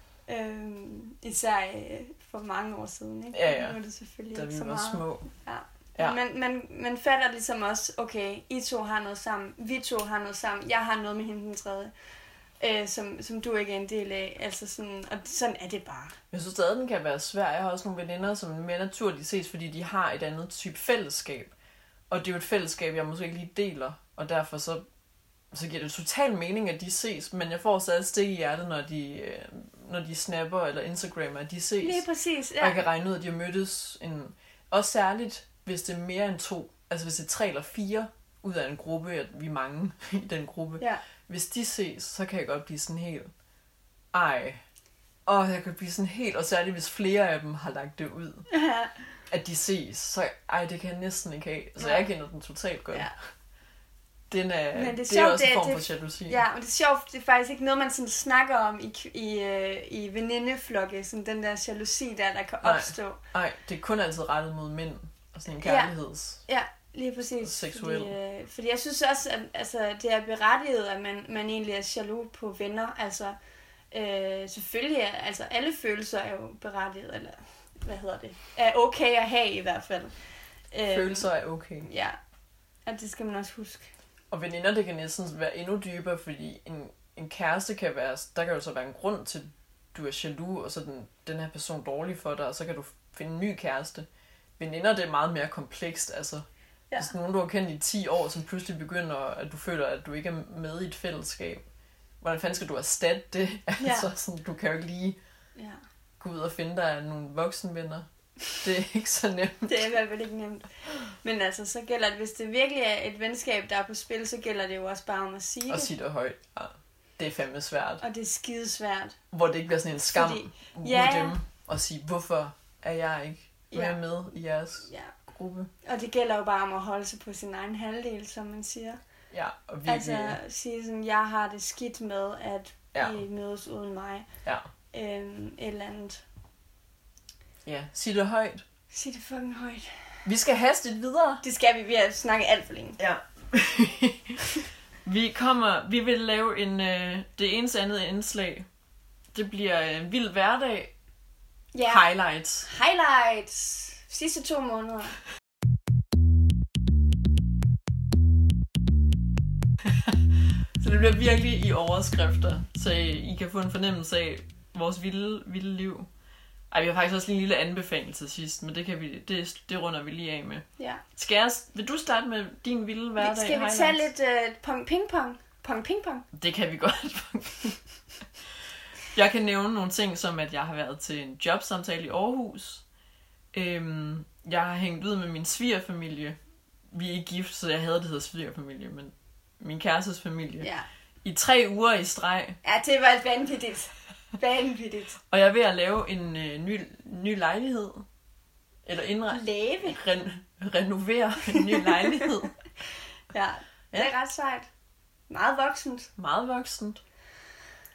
Speaker 2: Øhm, især øh, for mange år siden. Ikke?
Speaker 1: Ja, ja.
Speaker 2: Nu er det selvfølgelig
Speaker 1: da
Speaker 2: ikke
Speaker 1: vi
Speaker 2: så
Speaker 1: var
Speaker 2: meget.
Speaker 1: små.
Speaker 2: Ja.
Speaker 1: Ja.
Speaker 2: Men man, man fatter ligesom også, okay, I to har noget sammen, vi to har noget sammen, jeg har noget med hende den tredje, øh, som, som du ikke er en del af. Altså sådan, og sådan er det bare.
Speaker 1: Jeg synes stadig, den kan være svær. Jeg har også nogle veninder, som mere naturligt ses, fordi de har et andet type fællesskab. Og det er jo et fællesskab, jeg måske ikke lige deler, og derfor så, så giver det total mening, at de ses, men jeg får stadig stik i hjertet, når de, når de snapper eller instagrammer, at de ses.
Speaker 2: Lige præcis, ja.
Speaker 1: Og jeg kan regne ud, at de har mødtes en, også særligt, hvis det er mere end to, altså hvis det er tre eller fire ud af en gruppe, at vi er mange i den gruppe,
Speaker 2: ja.
Speaker 1: Hvis de ses, så kan jeg godt blive sådan helt, ej, og jeg kan blive sådan helt, og særligt hvis flere af dem har lagt det ud,
Speaker 2: ja.
Speaker 1: At de ses, så ej, det kan jeg næsten ikke have, så ja. Jeg kender den totalt godt. Ja. Den er, Men det er, det sjovt, er også en form det, for jalousi.
Speaker 2: Ja, og det er sjovt, det er faktisk ikke noget, man sådan snakker om i, i, i venindeflokke, sådan den der jalousi der, der kan opstå.
Speaker 1: Nej, det er kun altid rettet mod mænd. Og sådan en kærligheds...
Speaker 2: Ja, ja lige præcis.
Speaker 1: Seksuel.
Speaker 2: Fordi, øh, fordi jeg synes også, at altså, det er berettiget, at man, man egentlig er jaloux på venner. Altså, øh, selvfølgelig er altså, alle følelser er jo berettiget, eller hvad hedder det? Er okay at have i hvert fald.
Speaker 1: Følelser er okay.
Speaker 2: Ja, og det skal man også huske.
Speaker 1: Og veninder, det kan næsten være endnu dybere, fordi en, en kæreste kan være... Der kan jo så være en grund til, at du er jaloux, og så den, den her person dårlig for dig, og så kan du finde en ny kæreste. Veninder, det er meget mere komplekst, altså. Ja. Hvis nogen, du har kendt i ti år, som pludselig begynder, at du føler, at du ikke er med i et fællesskab. Hvordan fanden skal du erstatte det? Ja. Altså, sådan, du kan jo ikke lige ja. Gå ud og finde dig nogle voksenvenner. Det er ikke så nemt.
Speaker 2: Det er i hvert fald ikke nemt. Men altså, så gælder det, hvis det virkelig er et venskab, der er på spil, så gælder det jo også bare om at sige det.
Speaker 1: Og sige det højt, ja. Det er fandme svært.
Speaker 2: Og det er skidesvært.
Speaker 1: Hvor det ikke bliver sådan en skam Fordi, mod ja, dem, og sige, hvorfor er jeg ikke mere ja. Med i jeres ja. Gruppe.
Speaker 2: Og det gælder jo bare om at holde sig på sin egen halvdel, som man siger.
Speaker 1: Ja, og virkelig...
Speaker 2: Altså sige sådan, jeg har det skidt med, at ja. I mødes uden mig.
Speaker 1: Ja.
Speaker 2: Øhm, et eller andet.
Speaker 1: Ja, sig det højt.
Speaker 2: Sig det fucking højt.
Speaker 1: Vi skal hastigt videre.
Speaker 2: Det skal vi, vi har snakket alt for længe.
Speaker 1: Ja. vi kommer, vi vil lave en, øh, det eneste andet indslag. Det bliver en vild hverdag.
Speaker 2: Ja.
Speaker 1: Highlights.
Speaker 2: Highlights. Sidste to måneder.
Speaker 1: Så det bliver virkelig i overskrifter, så I kan få en fornemmelse af vores vilde, vilde liv. Ej, vi har faktisk også lige en lille anbefaling til sidst, men det, kan vi, det, det runder vi lige af med.
Speaker 2: Ja.
Speaker 1: Skal jeg, vil du starte med din vilde hverdag?
Speaker 2: Skal vi tage lidt uh, pong ping-pong? Pong ping-pong?
Speaker 1: Det kan vi godt. Jeg kan nævne nogle ting, som at jeg har været til en jobsamtale i Aarhus. Øhm, jeg har hængt ud med min svigerfamilie. Vi er ikke gift, så jeg hader det hedder svigerfamilie, men min kærestes familie.
Speaker 2: Ja.
Speaker 1: I tre uger i streg.
Speaker 2: Ja, det var vanvittigt. Vanvittigt.
Speaker 1: Og jeg er ved at lave en øh, ny, ny lejlighed. Eller indre...
Speaker 2: Lave?
Speaker 1: Ren, renovere en ny lejlighed.
Speaker 2: Ja, det er ja. Ret sejt. Meget voksent.
Speaker 1: Meget voksent.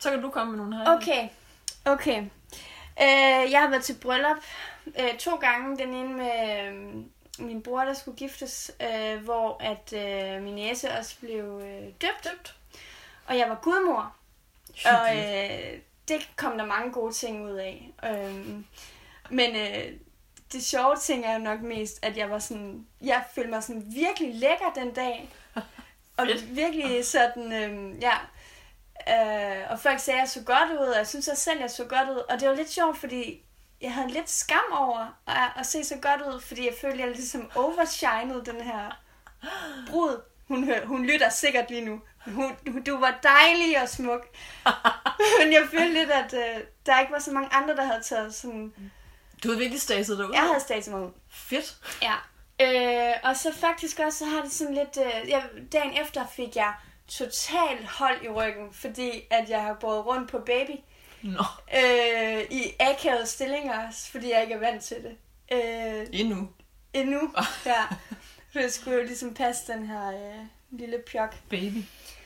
Speaker 1: Så kan du komme med nogle her.
Speaker 2: Okay, okay. Øh, jeg har været til bryllup øh, to gange. Den ene med øh, min bror, der skulle giftes, øh, hvor at øh, min næse også blev øh, døbt. døbt. Og jeg var gudmor. Og øh, det kom der mange gode ting ud af. Øh, men øh, det sjove ting er jo nok mest, at jeg var sådan, jeg følte mig sådan virkelig lækker den dag. Og virkelig sådan, øh, ja. Øh, og folk sagde, at jeg så godt ud, og jeg synes også selv, at jeg så godt ud. Og det var lidt sjovt, fordi jeg havde lidt skam over at, at se så godt ud, fordi jeg følte, at jeg ligesom overshinede den her brud. Hun, hø- hun lytter sikkert lige nu. Hun, du var dejlig og smuk. Men jeg følte lidt, at øh, der ikke var så mange andre, der havde taget sådan...
Speaker 1: Du havde virkelig staset dig ud?
Speaker 2: Jeg havde staset mig ud.
Speaker 1: Fedt.
Speaker 2: Ja. Øh, og så faktisk også, så har det sådan lidt... Øh, jeg, dagen efter fik jeg totalt hold i ryggen, fordi at jeg har båret rundt på baby.
Speaker 1: Nå.
Speaker 2: Øh, I akavede stillinger, fordi jeg ikke er vant til det. Øh,
Speaker 1: Endnu.
Speaker 2: Endnu, ja. For jeg skulle jo ligesom passe den her øh, lille pjok.
Speaker 1: Baby.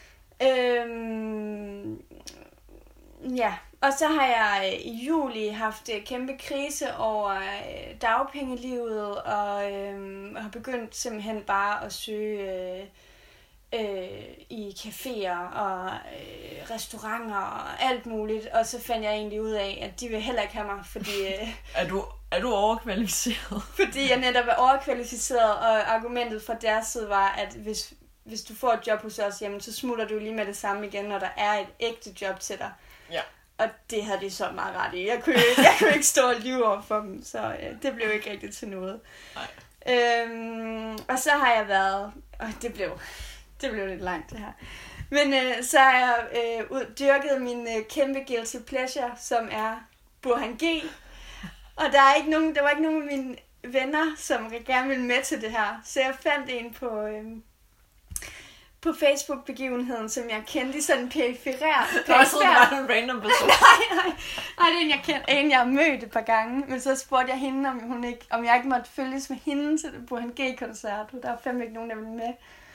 Speaker 2: Øhm, ja, og så har jeg øh, i juli haft øh, kæmpe krise over øh, dagpengelivet, og øh, har begyndt simpelthen bare at søge øh, øh, i caféer og øh, restauranter og alt muligt. Og så fandt jeg egentlig ud af, at de vil heller ikke have mig, fordi... Øh,
Speaker 1: er du Er du overkvalificeret?
Speaker 2: Fordi jeg netop er overkvalificeret, og argumentet fra deres side var, at hvis, hvis du får et job hos os, jamen, så smutter du lige med det samme igen, når der er et ægte job til dig.
Speaker 1: Ja.
Speaker 2: Og det havde de så meget ret i. Jeg kunne ikke, jeg kunne ikke stå og lyve over for dem, så øh, det blev ikke rigtigt til noget.
Speaker 1: Nej.
Speaker 2: Øhm, og så har jeg været... Og det blev, det blev lidt langt, det her. Men øh, så har jeg øh, ud, dyrket min øh, kæmpe guilty pleasure, som er Burhan G. Og der, er ikke nogen, der var ikke nogen af mine venner, som gerne ville med til det her. Så jeg fandt en på, øhm, på Facebook-begivenheden, som jeg kendte i sådan en periferær.
Speaker 1: Det var sådan bare en random person.
Speaker 2: nej, nej. Nej, det er en, jeg kendte. En, jeg har mødt et par gange. Men så spurgte jeg hende, om, hun ikke, om jeg ikke måtte følges med hende til det Burhan G-koncert. Der var fandme ikke nogen, der ville med.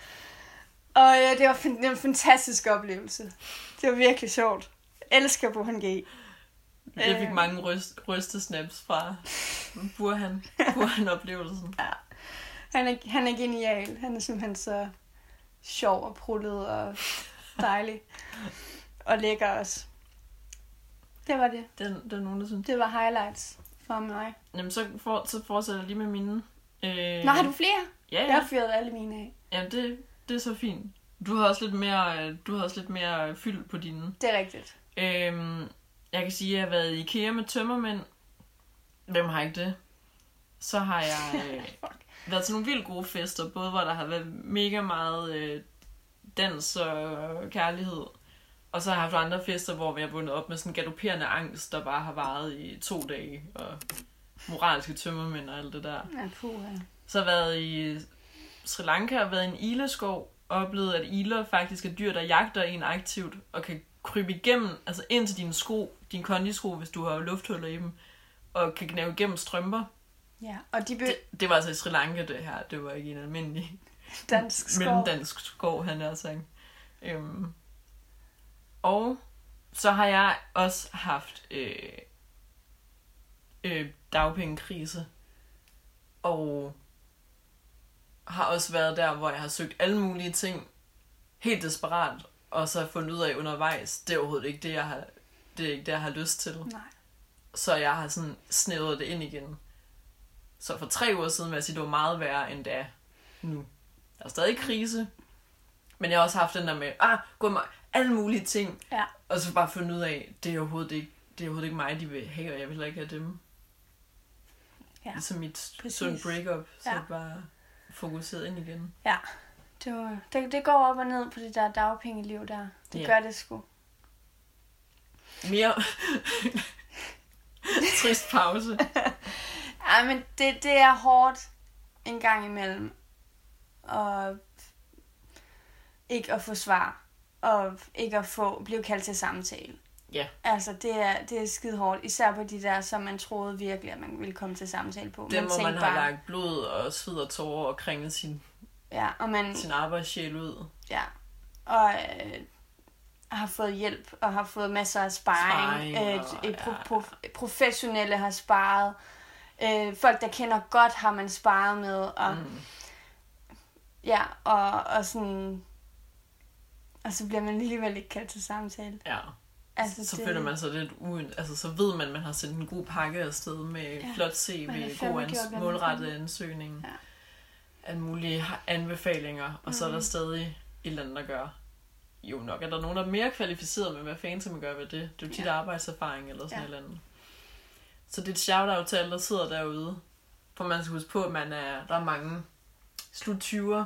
Speaker 2: Og øh, det, var, det var en fantastisk oplevelse. Det var virkelig sjovt. Jeg elsker Burhan G.
Speaker 1: Jeg fik mange ryst, rystesnaps fra Burhan, Burhan-oplevelsen.
Speaker 2: Ja. Han er, han er genial. Han er simpelthen så sjov og prullet og dejlig. Og lækker også. Det var det.
Speaker 1: Det, det er nogen, der synes.
Speaker 2: Det var highlights for mig.
Speaker 1: Jamen, så, for, så fortsætter jeg lige med mine. Øh...
Speaker 2: Nå, har du flere?
Speaker 1: Ja, ja.
Speaker 2: Jeg har fyret alle mine af.
Speaker 1: Ja, det, det er så fint. Du har også lidt mere, du har også lidt mere fyld på dine.
Speaker 2: Det er rigtigt.
Speaker 1: Øhm, jeg kan sige, at jeg har været i IKEA med tømmermænd. Hvem har ikke det? Så har jeg øh, været til nogle vildt gode fester, både hvor der har været mega meget øh, dans og kærlighed. Og så har jeg haft andre fester, hvor vi har bundet op med sådan en galopperende angst, der bare har varet i to dage. Og moralske tømmermænd og alt det der.
Speaker 2: Ja, puha.
Speaker 1: Så har jeg været i Sri Lanka og været i en ileskov, og oplevet, at iler faktisk er dyr, der jagter en aktivt, og kan krybe igennem, altså ind til dine sko, dine kondisko, hvis du har lufthuller i dem, og kan gnave igennem strømper.
Speaker 2: Ja, og de be-
Speaker 1: det, det var altså i Sri Lanka, det her. Det var ikke en almindelig
Speaker 2: dansk skov.
Speaker 1: mellemdansk skov, han er sagt. Øhm. Og så har jeg også haft øh, øh, dagpengekrise, og har også været der, hvor jeg har søgt alle mulige ting helt desperat, og så har jeg fundet ud af undervejs, det er overhovedet ikke det, jeg har, det er ikke det, jeg har lyst til.
Speaker 2: Nej.
Speaker 1: Så jeg har sådan snævret det ind igen. Så for tre uger siden vil jeg sige, det var meget værre end det er nu. Der er stadig krise, men jeg har også haft den der med, ah, gå med alle mulige ting,
Speaker 2: ja.
Speaker 1: Og så bare fundet ud af, det er overhovedet ikke, det er overhovedet ikke mig, de vil have, og jeg vil heller ikke have dem.
Speaker 2: Ja.
Speaker 1: Ligesom mit sådan breakup, så
Speaker 2: ja.
Speaker 1: bare fokuseret ind igen.
Speaker 2: Ja, det, var, det, det går op og ned på det der dagpengeliv der. Det
Speaker 1: ja.
Speaker 2: gør det sgu.
Speaker 1: Mere trist pause.
Speaker 2: Ja, men det, det er hårdt en gang imellem. Og ikke at få svar. Og ikke at få blive kaldt til samtale.
Speaker 1: Ja.
Speaker 2: Altså, det er, det er skide hårdt. Især på de der, som man troede virkelig, at man ville komme til samtale på.
Speaker 1: Dem,
Speaker 2: man
Speaker 1: hvor man har
Speaker 2: bare,
Speaker 1: lagt blod og sved og tårer og kringet sin,
Speaker 2: ja, og man,
Speaker 1: sin arbejdssjæl ud.
Speaker 2: Ja. Og, øh, har fået hjælp, og har fået masser af sparring.
Speaker 1: Sparring,
Speaker 2: øh,
Speaker 1: og,
Speaker 2: øh, pro-
Speaker 1: ja.
Speaker 2: pro- professionelle har sparet. Øh, folk, der kender godt, har man sparet med. Og,
Speaker 1: Mm.
Speaker 2: ja, og, og sådan... Og så bliver man alligevel ikke kaldt til samtale.
Speaker 1: Ja.
Speaker 2: Altså,
Speaker 1: Så
Speaker 2: det-
Speaker 1: føler man sig lidt uden... Altså, så ved man, at man har sendt en god pakke afsted med
Speaker 2: Ja.
Speaker 1: flot C
Speaker 2: Man har
Speaker 1: V,
Speaker 2: fandme
Speaker 1: god
Speaker 2: gjort,
Speaker 1: ans-
Speaker 2: hvad man
Speaker 1: målrettet
Speaker 2: kan.
Speaker 1: ansøgning,
Speaker 2: Ja.
Speaker 1: alle mulige anbefalinger, og så er der
Speaker 2: Mhm.
Speaker 1: stadig et eller andet, der gør. Jo, nok er der nogen, der er mere kvalificeret med, hvad fanden skal man gøre ved det. Det er jo tit
Speaker 2: Ja.
Speaker 1: arbejdserfaring eller sådan
Speaker 2: Ja.
Speaker 1: ja. eller andet. Så det er et shout-out til alle, der sidder derude. For man skal huske på, at man er, der er mange slut tyvere,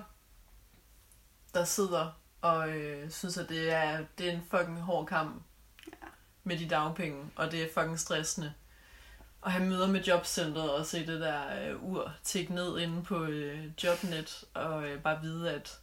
Speaker 1: der sidder og øh, synes, at det er, det er en fucking hård kamp
Speaker 2: Ja.
Speaker 1: med de dagpenge, og det er fucking stressende. At have møder med jobcentret og se det der øh, ur tikke ned inde på øh, Jobnet, og øh, bare vide, at,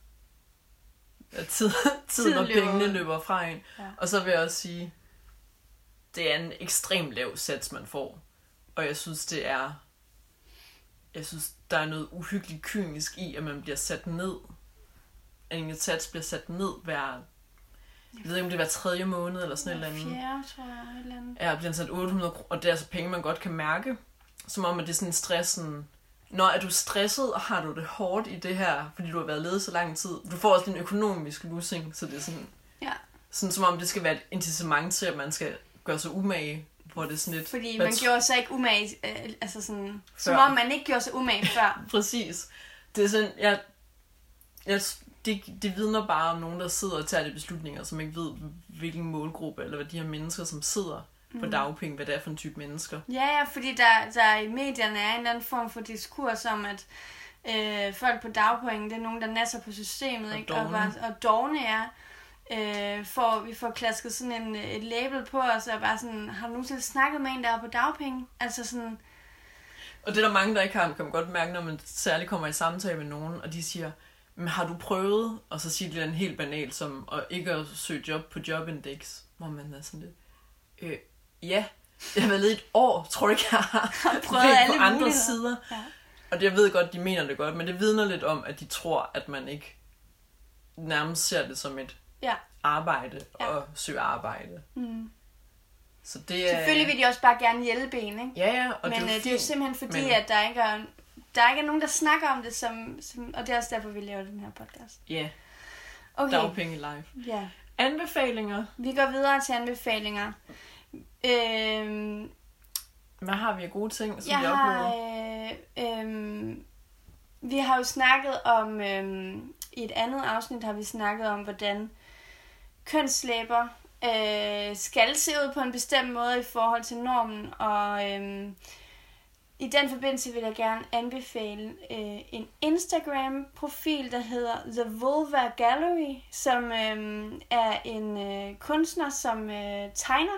Speaker 1: at tid, tiden og
Speaker 2: Tiden løber
Speaker 1: pengene
Speaker 2: ud.
Speaker 1: løber fra en.
Speaker 2: Ja.
Speaker 1: Og så vil jeg også sige, det er en ekstrem lav sats, man får. Og jeg synes, det er... Jeg synes, der er noget uhyggeligt kynisk i, at man bliver sat ned. At en sats bliver sat ned hver... Jeg ved ikke, om det er hver tredje måned eller sådan et eller andet.
Speaker 2: Fjerde, tror jeg, et eller andet.
Speaker 1: Ja, bliver sat otte hundrede kroner, og det er altså penge, man godt kan mærke. Som om, at det er sådan en stress, sådan... Når er du stresset, og har du det hårdt i det her, fordi du har været ledet så lang tid. Du får også en økonomisk lussing, så det er sådan...
Speaker 2: Ja.
Speaker 1: Sådan som om det skal være et incitament til, at man skal gøre sig umage, hvor det er sådan lidt...
Speaker 2: Fordi
Speaker 1: hvad
Speaker 2: man
Speaker 1: tr-
Speaker 2: gjorde sig ikke umage, øh, altså sådan, som
Speaker 1: Før.
Speaker 2: om man ikke gjorde sig umage før.
Speaker 1: Præcis. Det er sådan, jeg, jeg, det, det vidner bare om nogen, der sidder og tager de beslutninger, som ikke ved, hvilken målgruppe, eller hvad de her mennesker, som sidder på dagpenge, hvad det er for en type mennesker.
Speaker 2: Ja, ja, fordi der, der i medierne er en eller anden form for diskurs om, at øh, folk på dagpenge, det er nogen, der nasser på systemet,
Speaker 1: Og
Speaker 2: ikke?
Speaker 1: dovne.
Speaker 2: Og, bare, og dogne er, øh, får, vi får klasket sådan en, et label på os, og bare sådan, har du nogensinde snakket med en, der er på dagpenge? Altså sådan,
Speaker 1: Og det er der mange, der ikke har, kan man godt mærke, når man særligt kommer i samtale med nogen, og de siger, men har du prøvet? Og så siger de en helt banalt, som at ikke at søge job på Jobindex, hvor man er sådan lidt, øh, ja, jeg har været ledet et år, tror du ikke, jeg har
Speaker 2: prøvet
Speaker 1: været
Speaker 2: alle
Speaker 1: på andre
Speaker 2: muligheder.
Speaker 1: sider.
Speaker 2: ja.
Speaker 1: Og det, jeg ved godt, de mener det godt, men det vidner lidt om, at de tror, at man ikke nærmest ser det som et
Speaker 2: Ja.
Speaker 1: arbejde
Speaker 2: Ja.
Speaker 1: og søge arbejde.
Speaker 2: Mm.
Speaker 1: Så det er...
Speaker 2: Selvfølgelig vil de også bare gerne hjælpe en, ikke?
Speaker 1: Ja, ja, og
Speaker 2: Men
Speaker 1: det er jo,
Speaker 2: øh, det er jo
Speaker 1: fint.
Speaker 2: simpelthen fordi,
Speaker 1: men-
Speaker 2: at der ikke er, der ikke er nogen, der snakker om det, som, som, og det er også derfor, vi laver den her podcast.
Speaker 1: Ja,
Speaker 2: Okay,
Speaker 1: dagpenge live.
Speaker 2: ja.
Speaker 1: Anbefalinger.
Speaker 2: Vi går videre til anbefalinger. Øhm,
Speaker 1: Hvad har vi af gode ting, som
Speaker 2: jeg
Speaker 1: vi
Speaker 2: har,
Speaker 1: oplever?
Speaker 2: øh, øhm, vi har jo snakket om, øhm, i et andet afsnit har vi snakket om, hvordan kønslæber øh, skal se ud på en bestemt måde i forhold til normen, og øhm, i den forbindelse vil jeg gerne anbefale øh, en Instagram-profil, der hedder The Vulva Gallery, som øh, er en øh, kunstner, som øh, tegner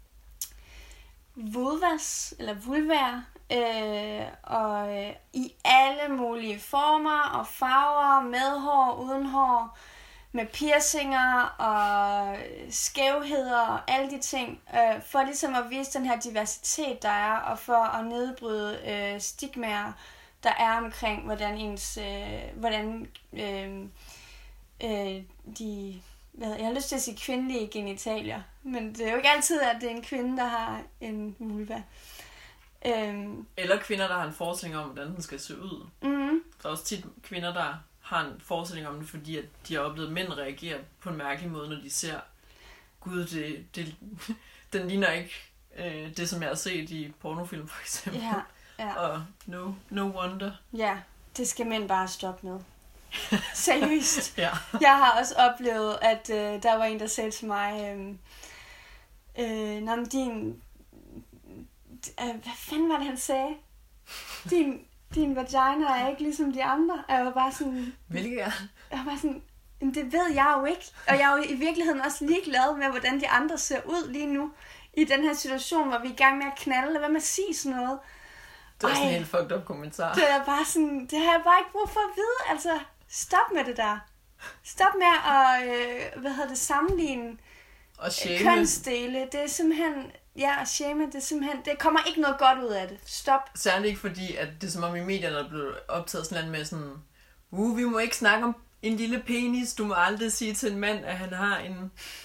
Speaker 2: vulvas, eller vulvaer, øh, og øh, i alle mulige former og farver, med hår, uden hår, med piercinger og skævheder og alle de ting, øh, for ligesom at vise den her diversitet, der er, og for at nedbryde øh, stigmaer, der er omkring, hvordan ens, øh, hvordan øh, øh, de, hvad, jeg har lyst til at sige kvindelige genitalier, men det er jo ikke altid, at det er en kvinde, der har en vulva. Øhm,
Speaker 1: Eller kvinder, der har en forestilling om, hvordan den skal se ud.
Speaker 2: mm,
Speaker 1: Der er også tit kvinder, der har en forestilling om det, fordi at de har oplevet, at mænd reagerer på en mærkelig måde, når de ser, gud, det, det, den ligner ikke øh, det, som jeg har set i pornofilm, for eksempel.
Speaker 2: ja, ja.
Speaker 1: Og no, no wonder.
Speaker 2: Ja, det skal mænd bare stoppe med. Seriøst.
Speaker 1: Ja.
Speaker 2: Jeg har også oplevet, at øh, der var en, der sagde til mig, øh, øh, Nå, men din... Øh, hvad fanden var det, han sagde? Din, din vagina er ikke ligesom de andre. Og jeg var bare sådan...
Speaker 1: Hvilket er?
Speaker 2: Jeg var bare sådan... "Men det ved jeg jo ikke. Og jeg er jo i virkeligheden også ligeglad med, hvordan de andre ser ud lige nu. I den her situation, hvor vi er i gang med at knalde. Lad være med at sige sådan noget.
Speaker 1: Det er sådan en
Speaker 2: Ej.
Speaker 1: helt fucked up kommentar.
Speaker 2: Det er bare sådan, det har jeg bare ikke brug for at vide. Altså, stop med det der. Stop med at, øh, hvad hedder det, sammenligne
Speaker 1: Og shame.
Speaker 2: kønsdele. Det er simpelthen, ja, og shame, det er simpelthen, det kommer ikke noget godt ud af det. Stop.
Speaker 1: Særligt ikke fordi, at det er som om i medierne er blevet optaget sådan noget med sådan, uh, vi må ikke snakke om en lille penis, du må aldrig sige til en mand, at han har en,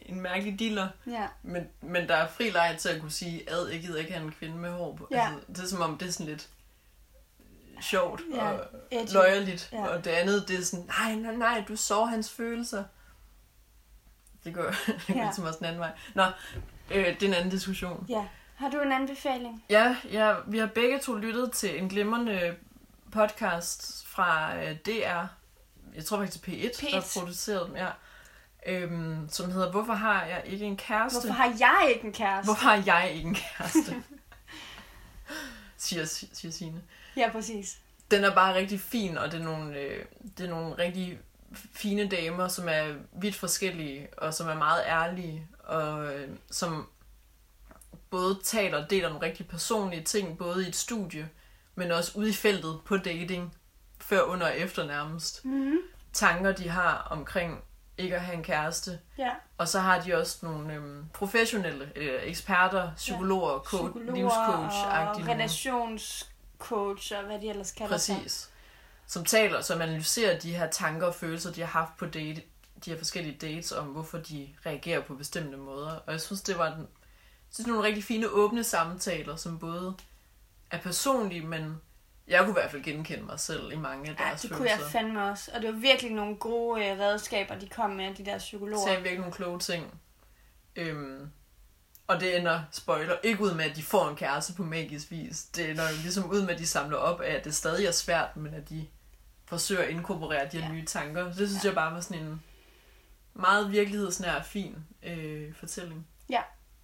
Speaker 1: en mærkelig dealer.
Speaker 2: Ja.
Speaker 1: Men, men der er fri leg til at kunne sige, ad, jeg gider ikke have en kvinde med hår på.
Speaker 2: Ja.
Speaker 1: Altså, det er som om, det er sådan lidt sjovt
Speaker 2: Ja,
Speaker 1: og
Speaker 2: edgy.
Speaker 1: løjerligt.
Speaker 2: Ja.
Speaker 1: Og det andet, det er sådan, nej, nej, nej, du så hans følelser. Det går det går
Speaker 2: Ja.
Speaker 1: ligesom også den anden vej. Nå, øh, det er en anden diskussion.
Speaker 2: Ja. Har du en anbefaling?
Speaker 1: Ja, ja, vi har begge to lyttet til en glimrende podcast fra øh, D R. Jeg tror faktisk P et,
Speaker 2: P et.
Speaker 1: der producerede dem, ja. Øhm, som hedder, hvorfor har jeg ikke en kæreste?
Speaker 2: Hvorfor har jeg ikke en kæreste?
Speaker 1: Hvorfor har jeg ikke en kæreste? siger, siger Signe.
Speaker 2: Ja, præcis.
Speaker 1: Den er bare rigtig fin, og det er nogle, øh, det er nogle rigtig fine damer, som er vidt forskellige, og som er meget ærlige, og øh, som både taler og deler nogle rigtig personlige ting, både i et studie, men også ude i feltet på dating, før, under og efter nærmest.
Speaker 2: Mm-hmm.
Speaker 1: Tanker, de har omkring ikke at have en kæreste.
Speaker 2: Ja.
Speaker 1: Og så har de også nogle øhm, professionelle øh, eksperter, psykologer, ja. coach,
Speaker 2: Psykologer
Speaker 1: livscoach-agtige.
Speaker 2: og relationscoach og hvad de ellers kalder sig.
Speaker 1: Præcis. Som taler, som analyserer de her tanker og følelser, de har haft på date, de her forskellige dates, om hvorfor de reagerer på bestemte måder. Og jeg synes, det var den, synes, nogle rigtig fine, åbne samtaler, som både er personlige, men jeg kunne i hvert fald genkende mig selv i mange af
Speaker 2: Ja,
Speaker 1: deres
Speaker 2: det
Speaker 1: følelser.
Speaker 2: kunne jeg fandme også. Og det var virkelig nogle gode øh, redskaber, de kom med, de der psykologer.
Speaker 1: Sagde virkelig nogle kloge ting. Øhm, og det ender, spoiler, ikke ud med, at de får en kæreste på magisk vis. Det ender jo ligesom ud med, at de samler op af, at det stadig er svært, men at de forsøger at inkorporere de her ja. nye tanker. Det synes ja. jeg bare var sådan en meget virkelighedsnær, fin øh, fortælling.
Speaker 2: Ja.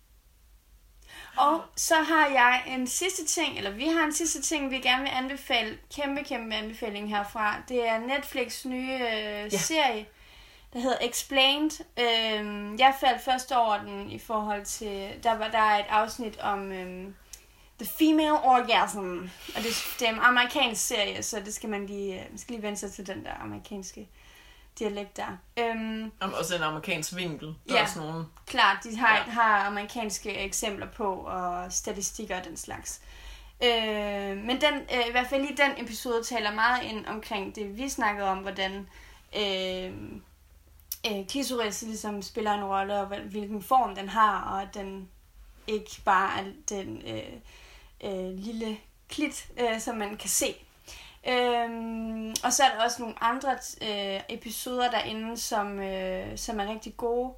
Speaker 2: Og så har jeg en sidste ting, eller vi har en sidste ting, vi gerne vil anbefale. Kæmpe, kæmpe anbefaling herfra. Det er Netflix' nye øh, ja. serie, der hedder Explained. Øh, jeg faldt først over den i forhold til, der var der er et afsnit om øh, The Female Orgasm. Og det, det er en amerikansk serie, så det skal man lige, man skal lige vende sig til den der amerikanske dialekt der. Øhm,
Speaker 1: også en amerikansk vinkel. Der
Speaker 2: ja,
Speaker 1: er sådan nogle...
Speaker 2: klart. De har,
Speaker 1: ja.
Speaker 2: har amerikanske eksempler på, og statistikker og den slags. Øh, men den, øh, i hvert fald lige den episode taler meget ind omkring det, vi snakkede om, hvordan øh, øh, klitoris ligesom spiller en rolle, og hvilken form den har, og at den ikke bare er den øh, øh, lille klit, øh, som man kan se. Øhm, og så er der også nogle andre øh, episoder derinde, som, øh, som er rigtig gode.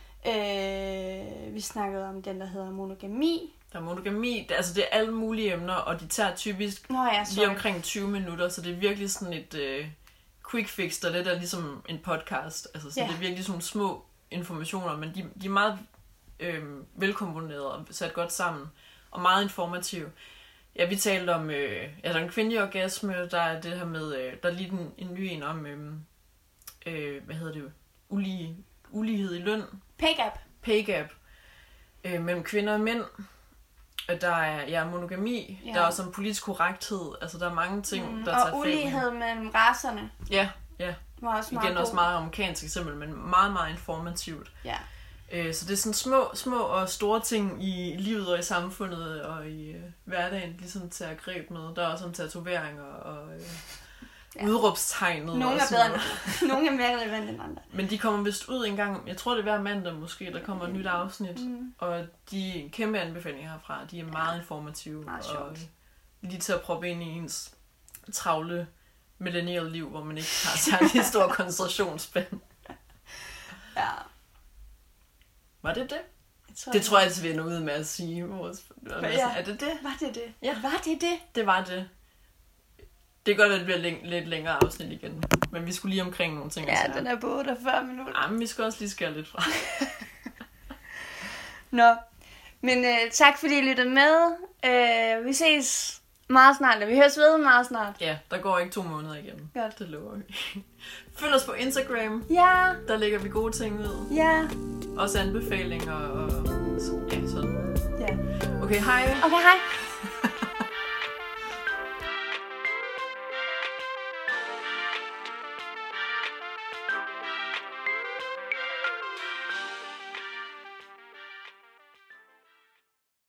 Speaker 2: Øh, vi snakkede om den, der hedder monogami.
Speaker 1: Der er monogami, altså det er alle mulige emner, og de tager typisk
Speaker 2: Nå, ja,
Speaker 1: lige omkring tyve minutter, så det er virkelig sådan et øh, quick fix, der lidt er ligesom en podcast. Altså, så
Speaker 2: ja.
Speaker 1: det er virkelig sådan nogle små informationer, men de, de er meget øh, velkomponerede og sat godt sammen, og meget informative. Ja, vi talte om, øh, ja, der er en kvindelig orgasme, der er det her med, øh, der er lige en, en ny en om, øh, øh, hvad hedder det, ulige, ulighed i løn.
Speaker 2: Pay gap.
Speaker 1: Pay gap øh, mellem kvinder og mænd. Der er ja, monogami, ja. Der er også en politisk korrekthed, altså der er mange ting,
Speaker 2: mm,
Speaker 1: der tager fat.
Speaker 2: Og ulighed mellem racerne.
Speaker 1: Ja, ja.
Speaker 2: Var også meget
Speaker 1: igen
Speaker 2: god.
Speaker 1: Også meget amerikansk eksempel, men meget, meget informativt.
Speaker 2: Ja.
Speaker 1: Så det er sådan små, små og store ting i livet og i samfundet og i øh, hverdagen, ligesom til at gribe med. Der er også om tatoveringer og øh, ja. udråbstegnet.
Speaker 2: Nogle er bedre end Nogle er mere relevant end andre.
Speaker 1: Men de kommer vist ud en gang, jeg tror det er hver mandag måske, der kommer et nyt afsnit. Mm. Og de kæmpe anbefalinger herfra, de er meget informative.
Speaker 2: Meget
Speaker 1: og øh, lige til at proppe ind i ens travle millennial liv, hvor man ikke har særlig stor koncentrationsspænd.
Speaker 2: Ja.
Speaker 1: Var det det?
Speaker 2: Tror,
Speaker 1: det tror jeg altid, vi ender ud med at sige. Vores...
Speaker 2: Ja.
Speaker 1: Er det det?
Speaker 2: Var det det?
Speaker 1: Ja.
Speaker 2: Var det det?
Speaker 1: Det var det. Det er godt, at det bliver læng- lidt længere afsnit igen. Men vi skulle lige omkring nogle ting.
Speaker 2: Ja, den er på otteogfyrre minutter.
Speaker 1: Ja, men vi skal også lige skære lidt fra.
Speaker 2: Nå, men øh, tak fordi I lyttede med. Øh, vi ses meget snart, eller vi høres ved meget snart.
Speaker 1: Ja, der går ikke to måneder igen.
Speaker 2: Godt.
Speaker 1: Det lover vi. Følg os på Instagram.
Speaker 2: Ja.
Speaker 1: Der lægger vi gode ting ud.
Speaker 2: Ja.
Speaker 1: Også anbefalinger og ja, sådan.
Speaker 2: Ja.
Speaker 1: Okay, hej.
Speaker 2: Okay, hej.